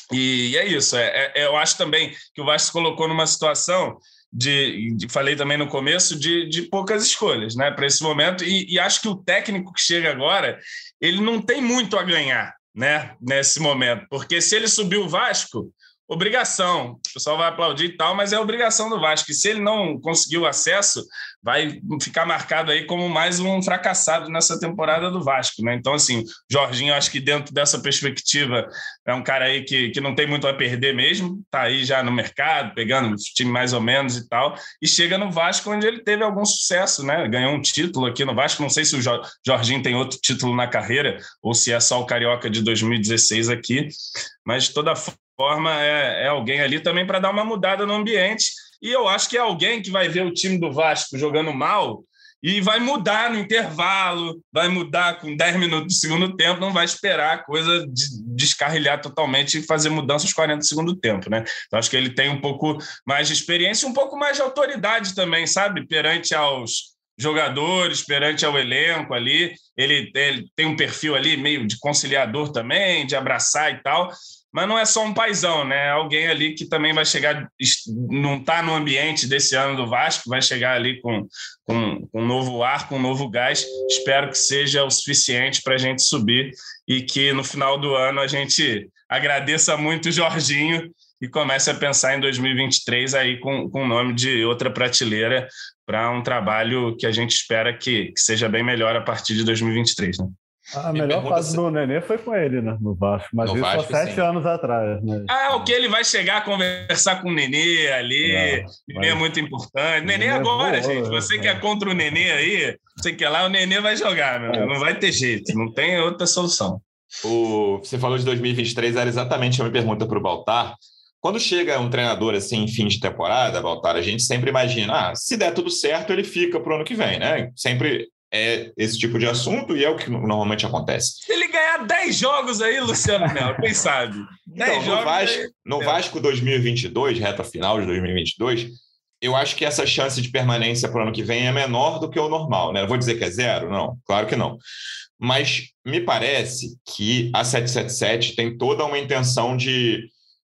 S4: E é isso, é, é, eu acho também que o Vasco se colocou numa situação de, de falei também no começo, de, de poucas escolhas, né, para esse momento, e, e acho que o técnico que chega agora, ele não tem muito a ganhar, né, nesse momento, porque se ele subir o Vasco, obrigação, o pessoal vai aplaudir e tal, mas é obrigação do Vasco, e se ele não conseguir o acesso, vai ficar marcado aí como mais um fracassado nessa temporada do Vasco, né? Então, assim, Jorginho, acho que dentro dessa perspectiva, é um cara aí que, que não tem muito a perder mesmo, tá aí já no mercado, pegando os times mais ou menos e tal, e chega no Vasco, onde ele teve algum sucesso, né? Ganhou um título aqui no Vasco, não sei se o Jorginho tem outro título na carreira, ou se é só o Carioca de dois mil e dezesseis aqui, mas de toda forma é, é alguém ali também para dar uma mudada no ambiente. E eu acho que é alguém que vai ver o time do Vasco jogando mal e vai mudar no intervalo, vai mudar com dez minutos do segundo tempo, não vai esperar a coisa de descarrilhar totalmente e fazer mudanças nos quarenta do segundo tempo, né? Então, acho que ele tem um pouco mais de experiência, um pouco mais de autoridade também, sabe? Perante aos jogadores, perante ao elenco ali. Ele, ele tem um perfil ali meio de conciliador também, de abraçar e tal. Mas não é só um paizão, né? Alguém ali que também vai chegar, não está no ambiente desse ano do Vasco, vai chegar ali com, com, com um novo ar, com um novo gás. Espero que seja o suficiente para a gente subir e que no final do ano a gente agradeça muito o Jorginho e comece a pensar em dois mil e vinte e três aí com, com o nome de outra prateleira para um trabalho que a gente espera que, que seja bem melhor a partir de dois mil e vinte e três, né?
S2: A melhor fase se... do Nenê foi com ele, né? No Vasco, mas no isso Vasco, há sete sim. anos atrás. Né?
S4: Ah, o que ele vai chegar a conversar com o Nenê ali. É, Nenê é muito importante. Nenê, Nenê agora, boa, gente. Você é. que é contra o Nenê aí, você quer lá, o Nenê vai jogar, meu. É. Não vai ter jeito, não tem outra solução.
S1: O... Você falou de dois mil e vinte e três, era exatamente a minha pergunta para o Baltar. Quando chega um treinador assim em fim de temporada, Baltar, a gente sempre imagina, ah, se der tudo certo, ele fica para o ano que vem, né? Sempre é esse tipo de assunto e é o que normalmente acontece.
S4: Se ele ganhar dez jogos aí, Luciano Melo, quem sabe?
S1: dez então, jogos no Vasco, aí... no Vasco dois mil e vinte e dois, reta final de dois mil e vinte e dois, eu acho que essa chance de permanência para o ano que vem é menor do que o normal, né? Eu vou dizer que é zero? Não, claro que não. Mas me parece que a sete sete sete tem toda uma intenção de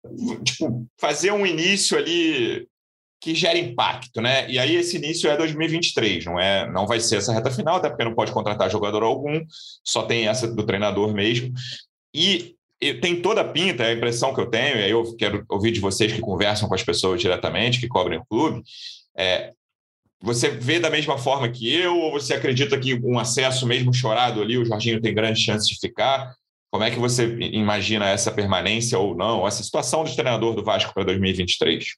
S1: tipo, fazer um início ali que gera impacto, né? E aí esse início é dois mil e vinte e três, não é? Não vai ser essa reta final, até porque não pode contratar jogador algum, só tem essa do treinador mesmo. E, e tem toda a pinta, é a impressão que eu tenho, e aí eu quero ouvir de vocês que conversam com as pessoas diretamente, que cobrem o clube, é, você vê da mesma forma que eu, ou você acredita que um acesso mesmo chorado ali, o Jorginho tem grande chance de ficar? Como é que você imagina essa permanência ou não, essa situação de treinador do Vasco para dois mil e vinte e três?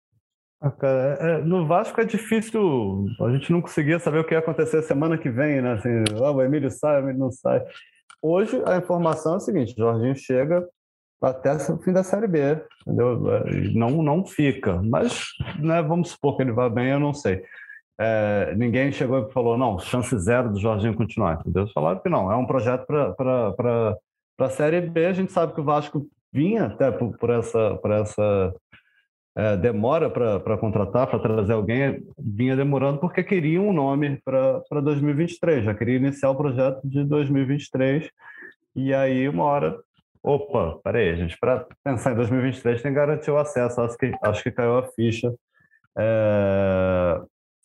S2: Ah, cara, é, no Vasco é difícil, a gente não conseguia saber o que ia acontecer semana que vem, né? Assim, oh, o Emílio sai, o Emílio não sai. Hoje a informação é a seguinte: Jorginho chega até o fim da Série B, entendeu? Não, não fica, mas né, vamos supor que ele vá bem, eu não sei. É, ninguém chegou e falou, não, chance zero do Jorginho continuar, entendeu? Falaram que não, é um projeto para a Série B, a gente sabe que o Vasco vinha até por, por essa... Por essa É, demora para contratar, para trazer alguém, vinha demorando porque queria um nome para dois mil e vinte e três, já queria iniciar o projeto de dois mil e vinte e três, e aí uma hora opa, peraí, gente, para pensar em dois mil e vinte e três tem que garantir o acesso, acho que, acho que caiu a ficha. É...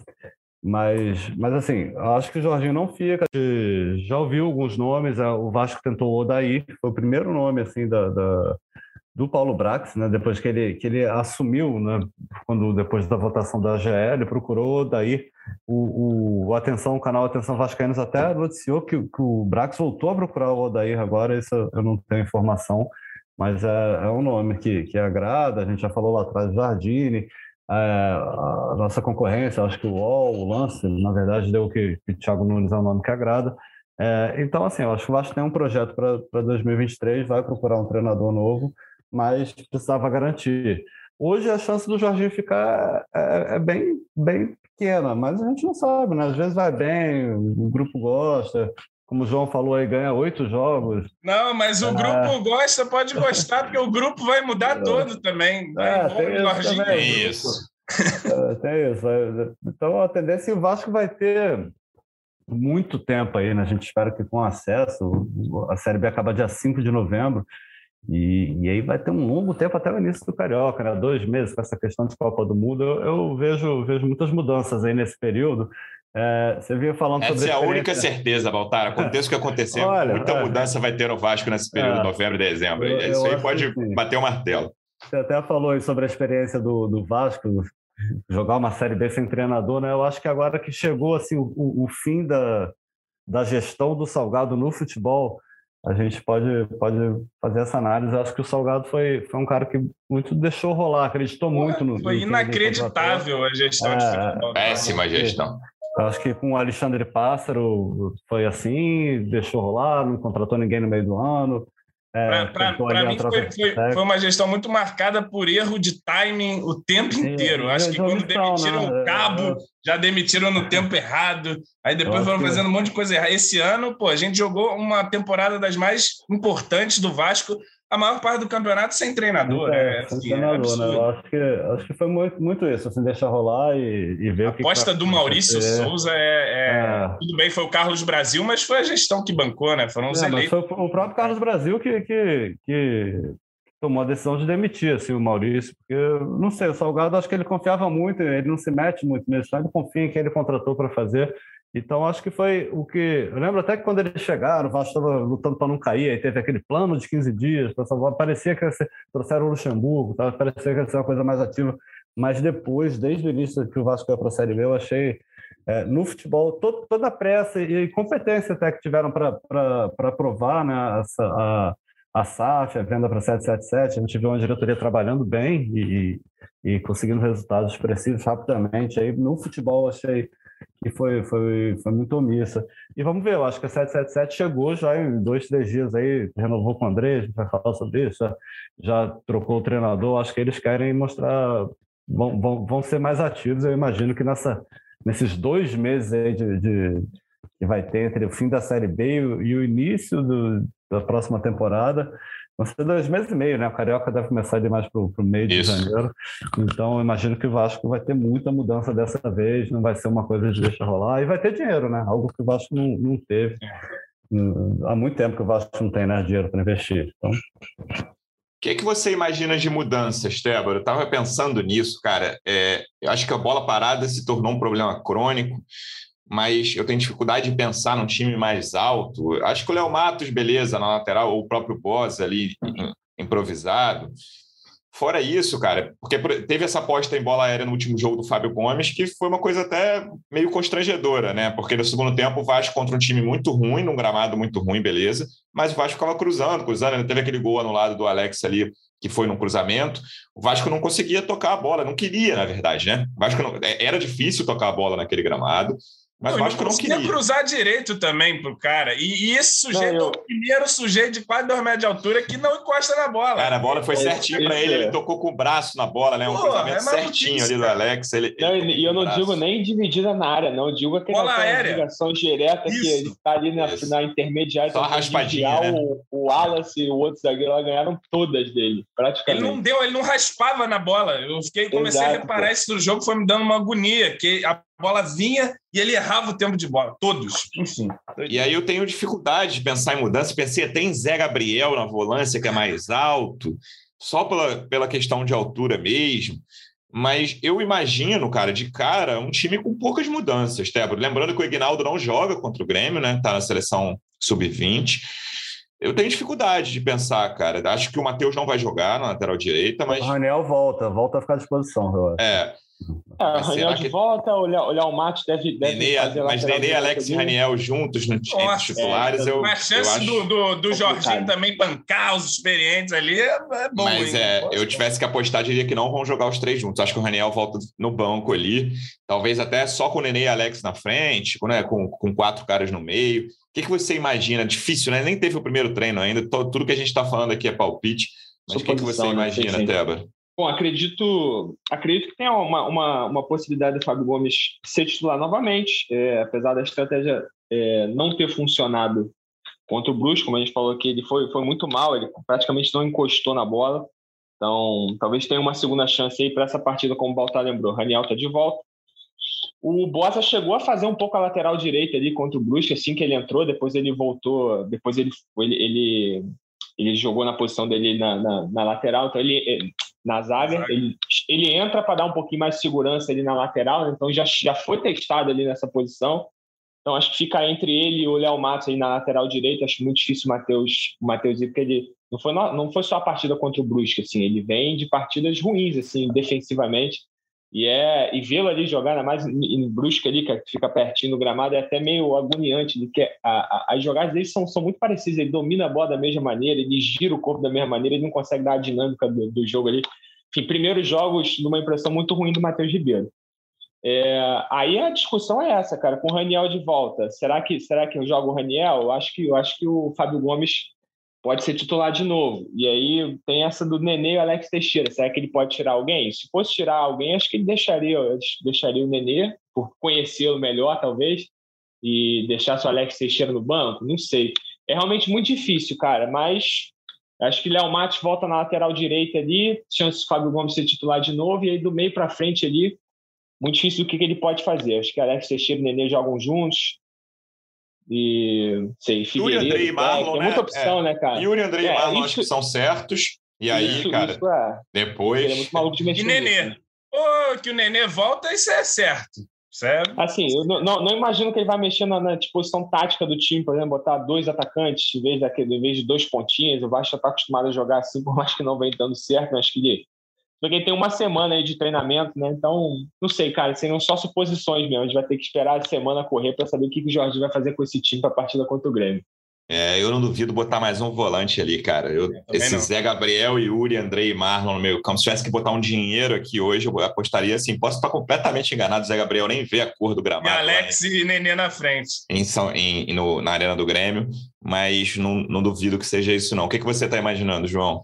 S2: Mas, mas, assim, eu acho que o Jorginho não fica. Já ouviu alguns nomes, o Vasco tentou o Odair, foi o primeiro nome, assim, da... da... do Paulo Brax, né? Depois que ele, que ele assumiu, né? Quando, depois da votação da A G E, ele procurou, daí o, o, Atenção, o canal Atenção Vascaínos até noticiou que, que o Brax voltou a procurar o Odair agora, isso eu não tenho informação, mas é, é um nome que, que agrada, a gente já falou lá atrás, Jardine, é, a nossa concorrência, acho que o U O L, o Lance, na verdade deu que, que o Thiago Nunes é um nome que agrada. É, então, assim, eu acho que o Vasco tem um projeto para dois mil e vinte e três, vai procurar um treinador novo, mas precisava garantir. Hoje a chance do Jorginho ficar é, é bem, bem pequena, mas a gente não sabe, né? Às vezes vai bem, o grupo gosta, como o João falou aí, ganha oito jogos.
S4: Não, mas o é... grupo gosta, pode gostar, porque o grupo vai mudar todo também. Vai
S2: é, tem
S4: o Jorginho.
S1: É isso.
S2: É, tem isso. Então a tendência é que o Vasco vai ter muito tempo aí, né? A gente espera que com acesso, a Série B acaba dia cinco de novembro, E, e aí vai ter um longo tempo até o início do Carioca, né? Dois meses com essa questão de Copa do Mundo. Eu, eu vejo, vejo muitas mudanças aí nesse período. É, você vinha falando
S1: Essa
S2: sobre...
S1: Essa é a única certeza, Baltar. Aconteça o que acontecer, Olha, muita é, mudança vai ter no Vasco nesse período, é, novembro e dezembro. Eu, Isso aí pode bater o martelo.
S2: Você até falou aí sobre a experiência do, do Vasco, jogar uma Série B sem treinador, né? Eu acho que agora que chegou assim, o, o fim da, da gestão do Salgado no futebol, a gente pode, pode fazer essa análise. Eu acho que o Salgado foi, foi um cara que muito deixou rolar, acreditou muito no...
S4: Foi inacreditável a gestão é, de futebol.
S1: Péssima gestão.
S2: Eu acho que com o Alexandre Pássaro foi assim, deixou rolar, não contratou ninguém no meio do ano.
S4: É, Para mim foi, foi, foi uma gestão muito marcada por erro de timing o tempo inteiro. É, Acho que quando demitiram o Cabo, já demitiram no tempo errado. Aí depois foram fazendo um monte de coisa errada. Esse ano, pô, a gente jogou uma temporada das mais importantes do Vasco, a maior parte do campeonato sem treinador. É,
S2: sem
S4: assim,
S2: treinador,
S4: é
S2: né? Eu acho que, acho que foi muito, muito isso, assim, deixar rolar e, e ver
S4: a
S2: o que...
S4: A aposta do Maurício Souza é, é, é... Tudo bem, foi o Carlos Brasil, mas foi a gestão que bancou, né? Foram os
S2: é,
S4: eleitos.
S2: Mas foi o próprio Carlos Brasil que, que, que tomou a decisão de demitir assim, o Maurício, porque, não sei, o Salgado, acho que ele confiava muito, ele não se mete muito nisso, ele confia em quem ele contratou para fazer. Então, acho que foi o que... Eu lembro até que quando eles chegaram, o Vasco estava lutando para não cair, aí teve aquele plano de quinze dias, parecia que trouxeram o Luxemburgo, tá? Parecia que ia ser uma coisa mais ativa, mas depois, desde o início que o Vasco ia para a Série B, eu achei, é, no futebol, todo, toda a pressa e competência até que tiveram para aprovar, né, essa, a, a S A F, a venda para sete sete sete, a gente viu uma diretoria trabalhando bem e, e conseguindo resultados expressivos rapidamente. Aí, no futebol, achei que foi, foi, foi muito omissa. E vamos ver, eu acho que a sete sete sete chegou já em dois, três dias aí, renovou com o André, a gente vai falar sobre isso, já, já trocou o treinador, acho que eles querem mostrar, vão, vão, vão ser mais ativos, eu imagino que nessa, nesses dois meses aí de, de, que vai ter entre o fim da Série B e o, e o início do, da próxima temporada, vão ser dois meses e meio, né? O Carioca deve começar de mais para o meio de Isso. janeiro. Então, eu imagino que o Vasco vai ter muita mudança dessa vez, não vai ser uma coisa de deixar rolar, e vai ter dinheiro, né? Algo que o Vasco não, não teve. Há muito tempo que o Vasco não tem, né, dinheiro para investir. Então...
S1: O que, que você imagina de mudanças, Tébora? Eu estava pensando nisso, cara. É, eu acho que a bola parada se tornou um problema crônico, mas eu tenho dificuldade de pensar num time mais alto. Acho que o Léo Matos, beleza, na lateral, ou o próprio Bosa ali, improvisado. Fora isso, cara, porque teve essa aposta em bola aérea no último jogo do Fábio Gomes, que foi uma coisa até meio constrangedora, né? Porque no segundo tempo o Vasco contra um time muito ruim, num gramado muito ruim, beleza, mas o Vasco ficava cruzando, cruzando, teve aquele gol anulado do Alex ali, que foi num cruzamento. O Vasco não conseguia tocar a bola, não queria, na verdade, né? O Vasco não, era difícil tocar a bola naquele gramado. Mas
S4: não,
S1: eu acho que não queria
S4: cruzar direito também pro cara. E, e esse sujeito não, eu... é o primeiro sujeito de quase dois metros de altura que não encosta na bola.
S1: Cara, a bola foi certinho para ele. Ele tocou com o braço na bola, né? Um Pô, cruzamento é certinho ali do Alex. Ele,
S3: não,
S1: ele
S3: e eu não digo nem dividida na área, não. Eu digo aquela ligação direta isso. que ele está ali na, na intermediária.
S1: Só uma raspadinha, né?
S3: O, o Wallace e o outro zagueiro lá ganharam todas dele, praticamente.
S4: Ele não deu, ele não raspava na bola. Eu fiquei, comecei Exato, a reparar pô. isso no jogo, foi me dando uma agonia. Que a bola vinha e ele errava o tempo de bola. Todos, enfim.
S1: E aí eu tenho dificuldade de pensar em mudança. Pensei até em Zé Gabriel na volância, que é mais alto, só pela, pela questão de altura mesmo. Mas eu imagino, cara, de cara, um time com poucas mudanças, Tébora. Lembrando que o Ignaldo não joga contra o Grêmio, né? Tá na seleção sub vinte. Eu tenho dificuldade de pensar, cara. Acho que o Matheus não vai jogar na lateral direita, mas...
S2: O Raniel volta, volta a ficar à disposição, eu acho.
S1: É.
S3: É, o Raniel de que... volta, olhar, olhar o Matos deve, deve
S1: Nenê,
S3: fazer...
S1: Mas Nenê, Alex e Raniel juntos no, entre os titulares,
S3: é,
S1: eu,
S4: a chance
S1: eu acho...
S4: do, do, do Jorginho também bancar os experientes ali é, é bom.
S1: Mas é, eu tivesse que apostar, diria que não vão jogar os três juntos. Acho que o Raniel volta no banco ali, talvez até só com o Nenê e Alex na frente, né, com, com quatro caras no meio. O que, que você imagina? Difícil, né? Nem teve o primeiro treino ainda, tudo que a gente está falando aqui é palpite. Mas o que, que você imagina, Tébora?
S3: Bom, acredito, acredito que tem uma, uma, uma possibilidade do Fábio Gomes ser titular novamente, é, apesar da estratégia é, não ter funcionado contra o Brusque, como a gente falou aqui, ele foi, foi muito mal, ele praticamente não encostou na bola, então talvez tenha uma segunda chance aí para essa partida, como o Baltar lembrou. Raniel está de volta. O Bosa chegou a fazer um pouco a lateral direita ali contra o Brusque, assim que ele entrou, depois ele voltou, depois ele, ele, ele, ele jogou na posição dele na, na, na lateral, então ele... na zaga, ele, ele entra para dar um pouquinho mais de segurança ali na lateral, então já, já foi testado ali nessa posição, então acho que fica entre ele e o Léo Matos aí na lateral direita. Acho muito difícil o Matheus, o Matheus ir, porque ele não foi, não foi só a partida contra o Brusque, assim, ele vem de partidas ruins, assim, defensivamente, e, é, e vê-lo ali jogar, ainda mais em Brusque ali, que fica pertinho do gramado, é até meio agoniante, porque a, a, as jogadas dele são, são muito parecidas, ele domina a bola da mesma maneira, ele gira o corpo da mesma maneira, ele não consegue dar a dinâmica do, do jogo ali. Enfim, primeiros jogos numa impressão muito ruim do Matheus Ribeiro. É, aí a discussão é essa, cara, com o Raniel de volta, será que, será que eu jogo o Raniel? Eu acho que, eu acho que o Fábio Gomes pode ser titular de novo. E aí tem essa do Nenê e o Alex Teixeira. Será que ele pode tirar alguém? Se fosse tirar alguém, acho que ele deixaria, deixaria o Nenê, por conhecê-lo melhor, talvez, e deixasse o Alex Teixeira no banco. Não sei. É realmente muito difícil, cara, mas acho que Léo Matos volta na lateral direita ali, chance do Fábio Gomes ser titular de novo, e aí do meio para frente ali, muito difícil o que, que ele pode fazer. Acho que Alex Teixeira e o Nenê jogam juntos. E, sei, Figueiredo,
S1: Yuri, Andrei e Marlon,
S3: tem muita opção,
S1: é.
S3: né, cara?
S1: Yuri, Andrei e
S3: é,
S1: Marlon
S3: isso,
S1: acho que são certos. E aí,
S3: isso,
S1: cara,
S3: isso é.
S1: depois...
S3: Ele é muito maluco de mexer
S4: E Nenê.
S3: nisso, né?
S4: Pô, que o Nenê volta, isso é certo. Certo?
S3: Assim, eu não, não, não imagino que ele vai mexer na, na disposição tática do time, por exemplo, botar dois atacantes em vez, daquele, em vez de dois pontinhos. O Vasco está acostumado a jogar assim, por mais que não vem dando certo, mas que ele... Porque ele tem uma semana aí de treinamento, né? Então, não sei, cara, seriam só suposições mesmo. A gente vai ter que esperar a semana correr para saber o que, que o Jorginho vai fazer com esse time para a partida contra o Grêmio.
S1: É, eu não duvido botar mais um volante ali, cara. Eu,
S4: eu
S1: esse
S4: não.
S1: Zé Gabriel, Yuri, Andrei e Marlon no meio campo. Se tivesse que botar um dinheiro aqui hoje, eu apostaria assim. Posso estar completamente enganado, Zé Gabriel nem vê a cor do gramado.
S4: E Alex lá, e Nenê na frente.
S1: Em São, em, no, na Arena do Grêmio, mas não, não duvido que seja isso, não. O que, que você está imaginando, João?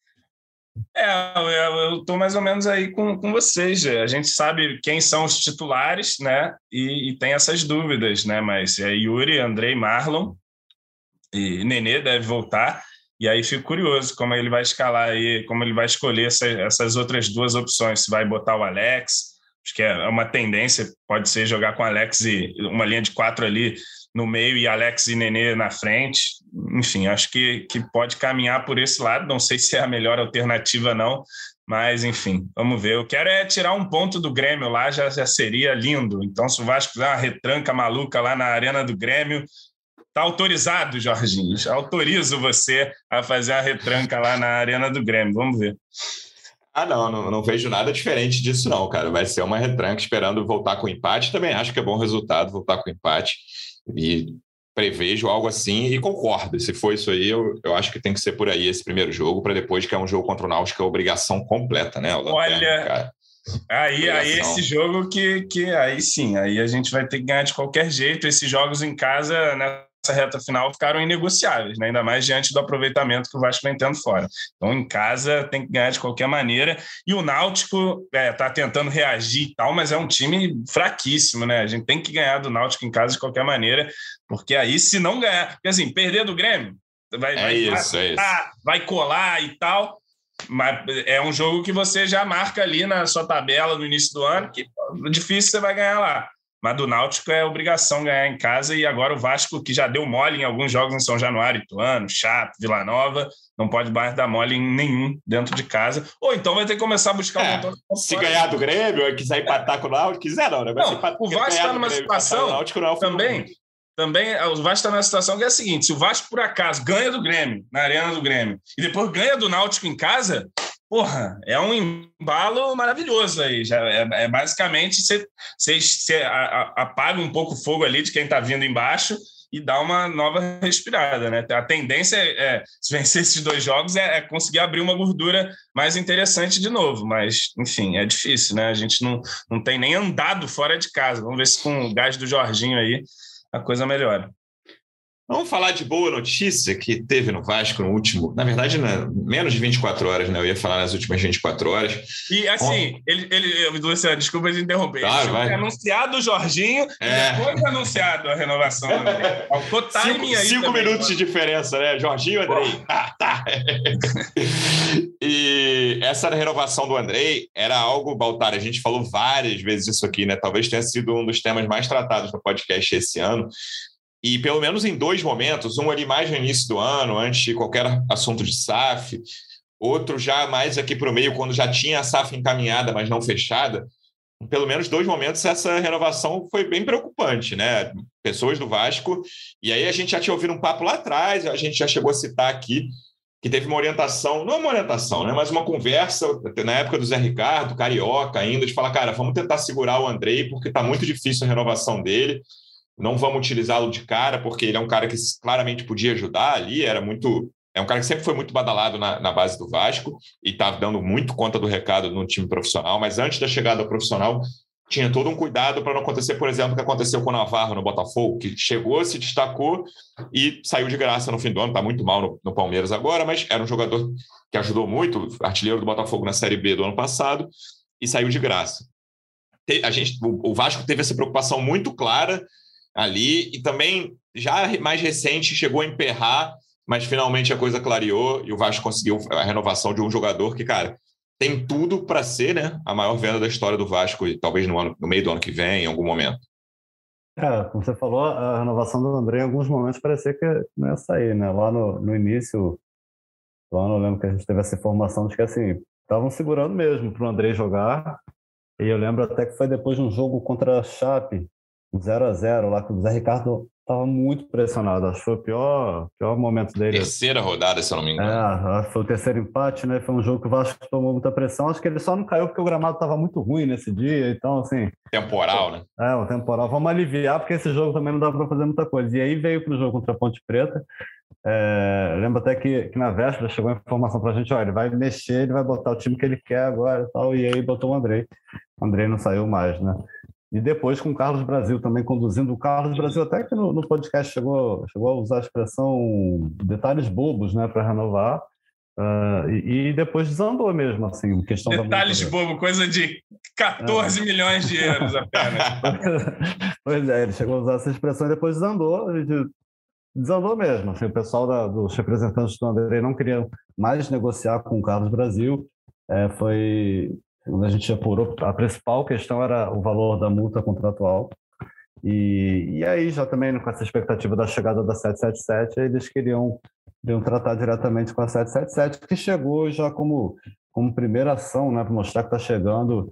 S4: É, eu estou mais ou menos aí com, com vocês. A gente sabe quem são os titulares, né? E, e tem essas dúvidas, né? Mas é Yuri, Andrei, Marlon e Nenê deve voltar. E aí fico curioso como ele vai escalar aí, como ele vai escolher essa, essas outras duas opções. Se vai botar o Alex, acho que é uma tendência, pode ser jogar com Alex e uma linha de quatro ali no meio e Alex e Nenê na frente. Enfim, acho que, que pode caminhar por esse lado. Não sei se é a melhor alternativa, não. Mas, enfim, vamos ver. Eu quero é tirar um ponto do Grêmio lá, já, já seria lindo. Então, se o Vasco fizer uma retranca maluca lá na Arena do Grêmio, está autorizado, Jorginho. Autorizo você a fazer a retranca lá na Arena do Grêmio. Vamos ver.
S1: Ah, não, não, não vejo nada diferente disso, não, cara. Vai ser uma retranca esperando voltar com empate. Também acho que é bom resultado voltar com empate. E prevejo algo assim e concordo. Se for isso aí, eu, eu acho que tem que ser por aí esse primeiro jogo, para depois, que é um jogo contra o Náutico, é obrigação completa, né? Lanterna,
S4: Olha,
S1: cara.
S4: aí, aí esse jogo que, que aí sim, aí a gente vai ter que ganhar de qualquer jeito. Esses jogos em casa, nessa reta final, ficaram inegociáveis, né? Ainda mais diante do aproveitamento que o Vasco vem tendo fora. Então, em casa, tem que ganhar de qualquer maneira. E o Náutico está é, tentando reagir e tal, mas é um time fraquíssimo, né? A gente tem que ganhar do Náutico em casa de qualquer maneira, porque aí, se não ganhar... Porque, assim, perder do Grêmio, vai,
S1: é
S4: vai,
S1: isso,
S4: vai,
S1: é isso.
S4: vai colar e tal, mas é um jogo que você já marca ali na sua tabela no início do ano, que difícil você vai ganhar lá. mas do Náutico é obrigação ganhar em casa, e agora o Vasco, que já deu mole em alguns jogos em São Januário, Ituano, Chape, Vila Nova, não pode mais dar mole em nenhum dentro de casa, ou então vai ter que começar a buscar
S1: é,
S4: um montão de
S1: se ganhar do Grêmio, quiser empatar com o Náutico, quiser não, né? Mas
S4: não, o Vasco está numa Grêmio, situação Náutico, não, também, também, o Vasco está numa situação que é a seguinte, se o Vasco por acaso ganha do Grêmio, na arena do Grêmio, e depois ganha do Náutico em casa, porra, é um embalo maravilhoso aí. Já é, é basicamente você apaga um pouco o fogo ali de quem está vindo embaixo e dá uma nova respirada, né? A tendência é, é se vencer esses dois jogos, é, é conseguir abrir uma gordura mais interessante de novo. Mas, enfim, é difícil, né? A gente não, não tem nem andado fora de casa. Vamos ver se com o gás do Jorginho aí a coisa melhora.
S1: Vamos falar de boa notícia que teve no Vasco no último... Na verdade, na, menos de vinte e quatro horas, né? Eu ia falar nas últimas vinte e quatro horas.
S4: E, assim, oh. ele, ele... Luciano, desculpa te interromper. Claro, ele foi anunciado o Jorginho é. e depois anunciado a renovação. Né? O timing
S1: cinco,
S4: aí
S1: cinco
S4: também,
S1: minutos
S4: mano.
S1: de diferença, né? Jorginho e Andrei. Ah, tá. E essa renovação do Andrei era algo, Baltar, a gente falou várias vezes isso aqui, né? Talvez tenha sido um dos temas mais tratados no podcast esse ano. E pelo menos em dois momentos, um ali mais no início do ano, antes de qualquer assunto de S A F, outro já mais aqui para o meio, quando já tinha a S A F encaminhada, mas não fechada. Em pelo menos dois momentos, essa renovação foi bem preocupante, né? Pessoas do Vasco, e aí a gente já tinha ouvido um papo lá atrás, a gente já chegou a citar aqui, que teve uma orientação, não uma orientação, né? Mas uma conversa, na época do Zé Ricardo, Carioca ainda, de falar, cara, vamos tentar segurar o Andrei, porque está muito difícil a renovação dele. Não vamos utilizá-lo de cara, porque ele é um cara que claramente podia ajudar ali, era muito... É um cara que sempre foi muito badalado na, na base do Vasco e está dando muito conta do recado no time profissional, mas antes da chegada ao profissional, tinha todo um cuidado para não acontecer, por exemplo, o que aconteceu com o Navarro no Botafogo, que chegou, se destacou e saiu de graça no fim do ano, está muito mal no, no Palmeiras agora, mas era um jogador que ajudou muito, artilheiro do Botafogo na Série B do ano passado, e saiu de graça. A gente, o, o Vasco teve essa preocupação muito clara ali, e também, já mais recente, chegou a emperrar, mas finalmente a coisa clareou e o Vasco conseguiu a renovação de um jogador que, cara, tem tudo para ser, né, a maior venda da história do Vasco, e talvez no, ano, no meio do ano que vem, em algum momento.
S2: É, como você falou, a renovação do André em alguns momentos parecia que não ia sair, né? Lá no, no início do ano, eu lembro que a gente teve essa informação de que, assim, estavam segurando mesmo para o André jogar, e eu lembro até que foi depois de um jogo contra a Chape, zero a zero, lá que o Zé Ricardo estava muito pressionado. Acho que foi o pior, pior momento dele.
S1: Terceira rodada, se eu não me engano.
S2: É, foi o terceiro empate, né? Foi um jogo que o Vasco tomou muita pressão. Acho que ele só não caiu porque o gramado estava muito ruim nesse dia. Então, assim...
S1: Temporal, né?
S2: É, o temporal. Vamos aliviar, porque esse jogo também não dá para fazer muita coisa. E aí veio para o jogo contra a Ponte Preta. É, lembro até que, que na véspera chegou a informação para a gente, ó, ele vai mexer, ele vai botar o time que ele quer agora e tal. E aí botou o Andrei. O Andrei não saiu mais, né? E depois com o Carlos Brasil também conduzindo. O Carlos Brasil até que no, no podcast chegou, chegou a usar a expressão detalhes bobos, né, para renovar. Uh, e, e depois desandou mesmo, assim, questão
S4: detalhes da bobos, coisa de catorze é. milhões de euros apenas.
S2: Pois é, ele chegou a usar essa expressão e depois desandou. Desandou mesmo. Assim, o pessoal da, dos representantes do André não queriam mais negociar com o Carlos Brasil. É, foi... Quando a gente apurou, a principal questão era o valor da multa contratual. E, e aí, já também com essa expectativa da chegada da sete sete sete, eles queriam, queriam tratar diretamente com a sete sete sete, que chegou já como, como primeira ação, né, para mostrar que está chegando.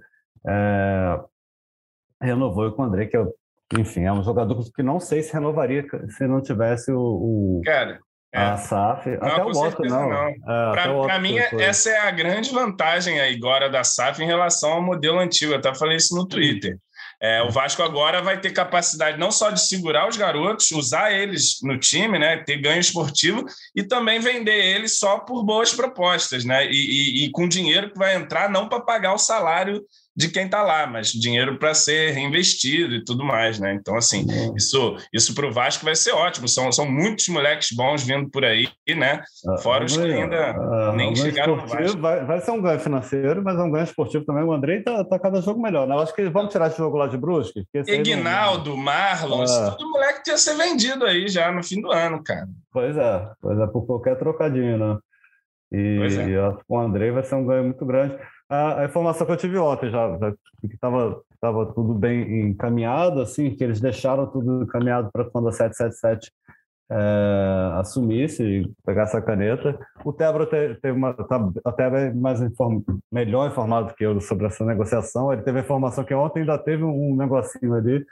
S2: É, renovou com o André, que, é, enfim, é um jogador que não sei se renovaria se não tivesse o... o
S4: Cara...
S2: É. A S A F,
S4: não,
S2: até o Otto, não.
S4: não.
S2: É,
S4: Para mim, essa é a grande vantagem aí agora da S A F em relação ao modelo antigo. Eu até falei isso no Twitter. É, o Vasco agora vai ter capacidade não só de segurar os garotos, usar eles no time, né, ter ganho esportivo e também vender eles só por boas propostas, né, e, e, e com dinheiro que vai entrar não para pagar o salário de quem está lá, mas dinheiro para ser reinvestido e tudo mais, né? Então, assim, uhum. isso, isso para o Vasco vai ser ótimo. São, são muitos moleques bons vindo por aí, né? Fora uh, os que ainda uh, nem chegaram no Vasco.
S2: Vai, vai ser um ganho financeiro, mas é um ganho esportivo também. O Andrei tá, tá cada jogo melhor, né? Eu acho que vamos tirar esse jogo lá de Brusque.
S4: Ignaldo, não... Marlon, uh, isso tudo moleque que ia ser vendido aí já no fim do ano, cara.
S2: Pois é, pois é, por qualquer trocadinho, né? E pois é. Eu acho que o Andrei vai ser um ganho muito grande. A, a informação que eu tive ontem, já, já que estava estava tudo bem encaminhado, assim, que eles deixaram tudo encaminhado para quando a sete sete sete é, assumisse e pegasse a caneta. O Tebra teve, teve uma, tá, até mais inform, melhor informado que eu sobre essa negociação. Ele teve a informação que ontem ainda teve um negocinho ali,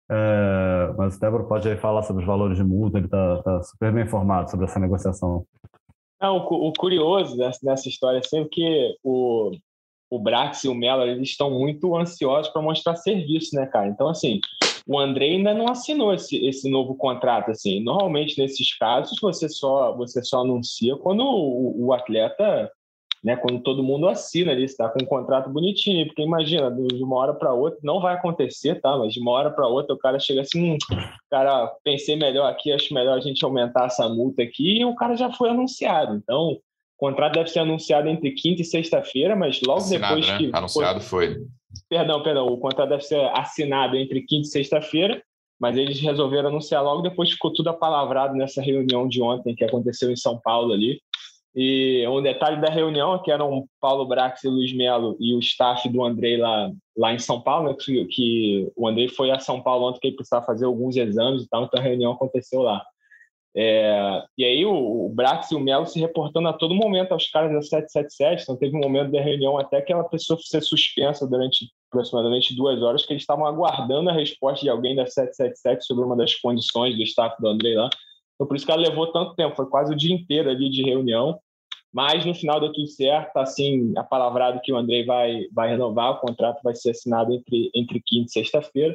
S2: é, mas o Tebra pode aí falar sobre os valores de multa, ele está tá super bem informado sobre essa negociação.
S3: Não, o, o curioso dessa, dessa história é sempre que o, o Brax e o Melo, eles estão muito ansiosos para mostrar serviço, né, cara? Então, assim, o André ainda não assinou esse, esse novo contrato, assim. Normalmente, nesses casos, você só, você só anuncia quando o, o atleta, né, quando todo mundo assina ali, está com um contrato bonitinho, porque imagina, de uma hora para outra, não vai acontecer, tá? Mas de uma hora para outra o cara chega assim, hum, cara, pensei melhor aqui, acho melhor a gente aumentar essa multa aqui, e o cara já foi anunciado. Então, o contrato deve ser anunciado entre quinta e sexta-feira, mas logo assinado, depois
S1: né?
S3: que...
S1: Anunciado foi...
S3: Perdão, perdão, o contrato deve ser assinado entre quinta e sexta-feira, mas eles resolveram anunciar logo depois, ficou tudo apalavrado nessa reunião de ontem que aconteceu em São Paulo ali. E um detalhe da reunião é que eram Paulo Brax e Luiz Melo e o staff do Andrei lá, lá em São Paulo, né, que, que o Andrei foi a São Paulo ontem que ele precisava fazer alguns exames e tal, então a reunião aconteceu lá. É, e aí o, o Brax e o Melo se reportando a todo momento aos caras da sete sete sete, então teve um momento da reunião até que aquela pessoa ser suspensa durante aproximadamente duas horas, que eles estavam aguardando a resposta de alguém da sete sete sete sobre uma das condições do staff do Andrei lá. Então por isso que ela levou tanto tempo, foi quase o dia inteiro ali de reunião, mas no final deu tudo certo, tá assim, apalavrado que o Andrei vai, vai renovar, o contrato vai ser assinado entre, entre quinta e sexta-feira.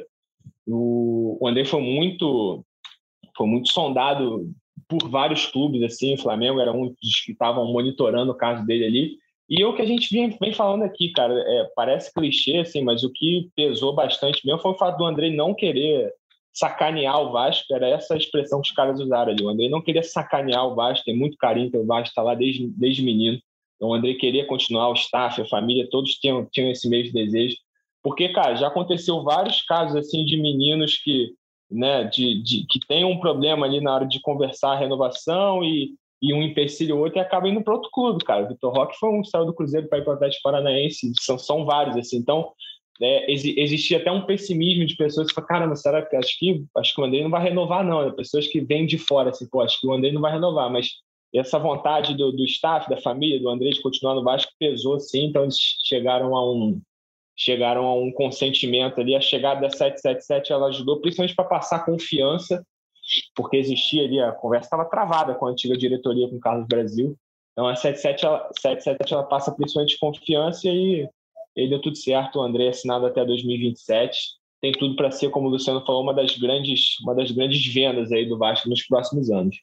S3: O, o Andrei foi muito... foi muito sondado por vários clubes, assim, o Flamengo era um dos que estavam monitorando o caso dele ali, e é o que a gente vem, vem falando aqui, cara, é, parece clichê, assim, mas o que pesou bastante mesmo foi o fato do Andrei não querer sacanear o Vasco, era essa a expressão que os caras usaram ali, o Andrei não queria sacanear o Vasco, tem muito carinho pelo Vasco, está lá desde, desde menino, então o Andrei queria continuar, o staff, a família, todos tinham, tinham esse mesmo desejo, porque, cara, já aconteceu vários casos, assim, de meninos que né, de, de, que tem um problema ali na hora de conversar a renovação e, e um empecilho ou outro e acaba indo para outro clube, cara. O Vitor Roque foi um que saiu do Cruzeiro para ir para o Atlético Paranaense, são, são vários, assim. Então, é, exi, existia até um pessimismo de pessoas que falam, caramba, será que acho que, acho que o Andrei não vai renovar, não. É pessoas que vêm de fora, assim, pô, acho que o Andrei não vai renovar, mas essa vontade do, do staff, da família, do Andrei de continuar no Vasco pesou, sim, então eles chegaram a um... chegaram a um consentimento ali, a chegada da sete sete sete ela ajudou principalmente para passar confiança, porque existia ali, a conversa estava travada com a antiga diretoria, com o Carlos Brasil, então a sete sete sete ela passa principalmente confiança e, e deu tudo certo, o André assinado até dois mil e vinte e sete, tem tudo para ser, como o Luciano falou, uma das grandes, uma das grandes vendas aí do Vasco nos próximos anos.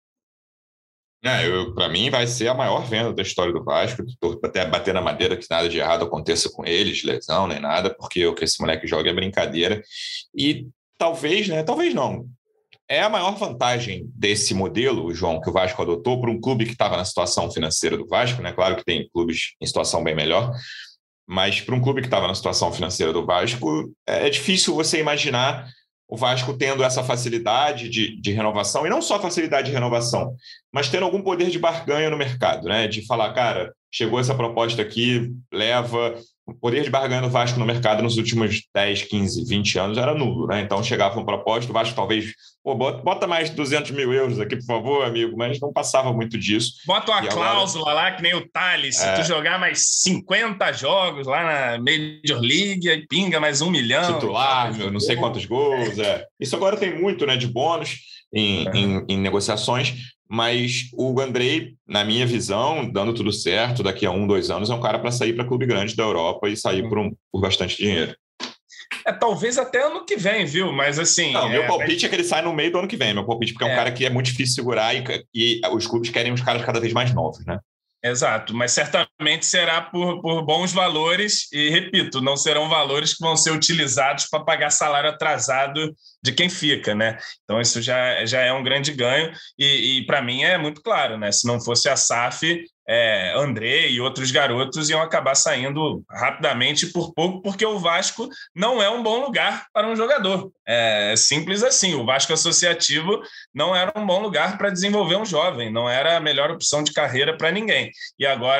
S1: É, para mim vai ser a maior venda da história do Vasco, até bater na madeira que nada de errado aconteça com eles, lesão nem nada, porque o que esse moleque joga é brincadeira. E talvez, né, talvez não, é a maior vantagem desse modelo, João, que o Vasco adotou para um clube que estava na situação financeira do Vasco, né? Claro que tem clubes em situação bem melhor, mas para um clube que estava na situação financeira do Vasco, é difícil você imaginar o Vasco tendo essa facilidade de, de renovação, e não só facilidade de renovação, mas tendo algum poder de barganha no mercado, né? De falar, cara, chegou essa proposta aqui, leva... O poder de barganha do Vasco no mercado nos últimos dez, quinze, vinte anos era nulo, né? Então chegava uma proposta, o Vasco talvez, pô, bota, bota mais duzentos mil euros aqui, por favor, amigo, mas não passava muito disso.
S4: Bota uma e cláusula agora... lá, que nem o Thales, se é... tu jogar mais cinquenta jogos lá na Major League, aí pinga mais um milhão.
S1: Titular, não sei quantos gols, é. Isso agora tem muito, né, de bônus em, é. em, em negociações, mas o Andrei, na minha visão, dando tudo certo, daqui a um, dois anos, é um cara para sair para clube grande da Europa e sair por, um, por bastante dinheiro.
S4: É, talvez até ano que vem, viu? Mas assim...
S1: Não,
S4: é,
S1: meu palpite
S4: mas...
S1: é que ele sai no meio do ano que vem, meu palpite, porque é, é um cara que é muito difícil segurar e, e os clubes querem os caras cada vez mais novos, né?
S4: Exato, mas certamente será por, por bons valores e, repito, não serão valores que vão ser utilizados para pagar salário atrasado de quem fica, né? Então isso já, já é um grande ganho e, e para mim é muito claro, né? Se não fosse a S A F, é, André e outros garotos iam acabar saindo rapidamente por pouco, porque o Vasco não é um bom lugar para um jogador. É simples assim, o Vasco Associativo não era um bom lugar para desenvolver um jovem, não era a melhor opção de carreira para ninguém. E agora,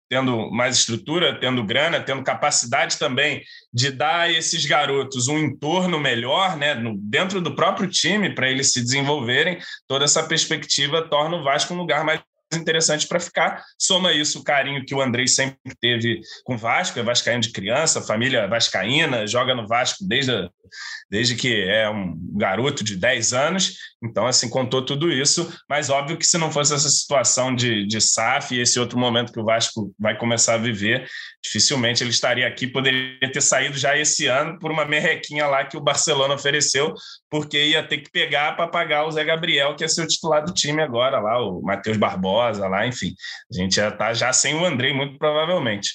S4: tendo mais estrutura, tendo grana, tendo capacidade também de dar a esses garotos um entorno melhor, né, no, dentro do próprio time, para eles se desenvolverem. Toda essa perspectiva torna o Vasco um lugar mais interessante para ficar. Soma isso o carinho que o Andrei sempre teve com o Vasco, é vascaíno de criança, família vascaína, joga no Vasco desde, a, desde que é um garoto de dez anos, então assim, contou tudo isso, mas óbvio que se não fosse essa situação de, de S A F e esse outro momento que o Vasco vai começar a viver, dificilmente ele estaria aqui, poderia ter saído já esse ano por uma merrequinha lá que o Barcelona ofereceu, porque ia ter que pegar para pagar o Zé Gabriel, que é seu titular do time agora, lá, o Matheus Barbosa, lá, enfim. A gente já está já sem o Andrei, muito provavelmente.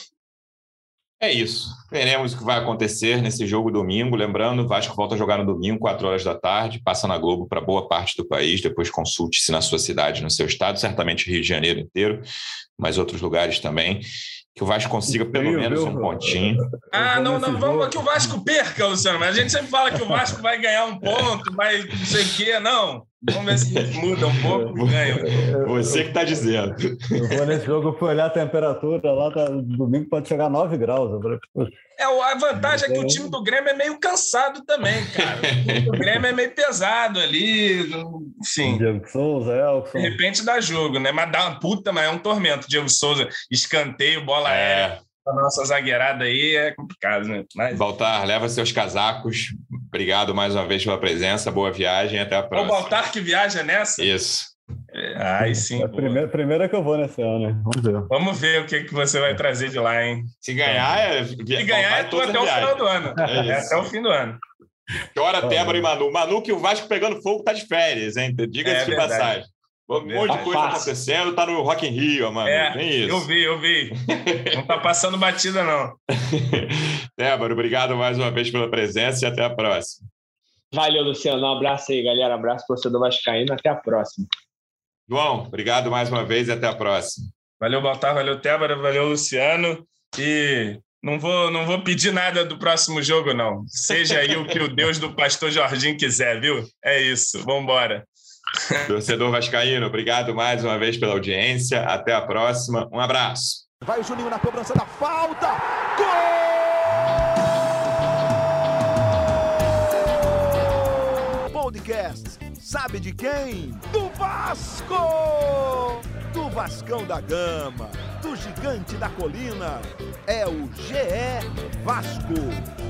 S1: É isso. Veremos o que vai acontecer nesse jogo domingo. Lembrando, o Vasco volta a jogar no domingo, quatro horas da tarde, passa na Globo para boa parte do país, depois consulte-se na sua cidade, no seu estado, certamente Rio de Janeiro inteiro, mas outros lugares também. Que o Vasco consiga pelo
S2: Viu,
S1: menos
S2: viu?
S1: um pontinho.
S4: Ah, não, não, vamos que o Vasco perca, Luciano, mas a gente sempre fala que o Vasco vai ganhar um ponto, vai não sei o quê, não. Vamos ver se muda um pouco e ganha.
S1: Você que está dizendo.
S2: Eu vou nesse jogo, fui olhar a temperatura lá, tá, domingo pode chegar a nove graus. Eu falei, pô,
S4: É, a vantagem é que o time do Grêmio é meio cansado também, cara. O time do Grêmio é meio pesado ali, enfim.
S2: Diego Souza, Elson.
S4: De repente dá jogo, né? Mas dá uma puta, mas é um tormento. Diego Souza, escanteio, bola aérea.
S1: É.
S4: A nossa zagueirada aí é complicado, né? Mas...
S1: Baltar, leva seus casacos. Obrigado mais uma vez pela presença. Boa viagem. Até a próxima.
S4: O Baltar que viaja nessa?
S1: Isso.
S4: Ai, sim.
S2: É a primeira, primeira que eu vou nesse ano, né? Vamos ver.
S4: Vamos ver o que, que você vai trazer de lá, hein?
S1: Se ganhar, é.
S4: Se ganhar, é tu até o final do ano. É, é até o fim do ano.
S1: Chora, Tébora e Manu. Manu, que o Vasco pegando fogo tá de férias, hein? Diga-se
S4: É
S1: de
S4: verdade.
S1: passagem. Um monte de coisa acontecendo, tá no Rock in Rio, mano.
S4: É,
S1: Tem isso.
S4: eu vi, eu vi. Não tá passando batida, não.
S1: Débora, obrigado mais uma vez pela presença e até a próxima.
S3: Valeu, Luciano. Um abraço aí, galera. Abraço, torcedor vascaíno. Até a próxima.
S1: João, obrigado mais uma vez e até a próxima.
S4: Valeu, Baltar, valeu, Tébora, valeu, Luciano. E não vou, não vou pedir nada do próximo jogo, não. Seja aí o que o Deus do pastor Jorginho quiser, viu? É isso, vamos embora.
S1: Torcedor vascaíno, obrigado mais uma vez pela audiência. Até a próxima. Um abraço.
S5: Vai o Juninho na cobrança da falta. Gol! Podcast. Sabe de quem? Do Vasco! Do Vascão da Gama. Do Gigante da Colina. É o G E Vasco.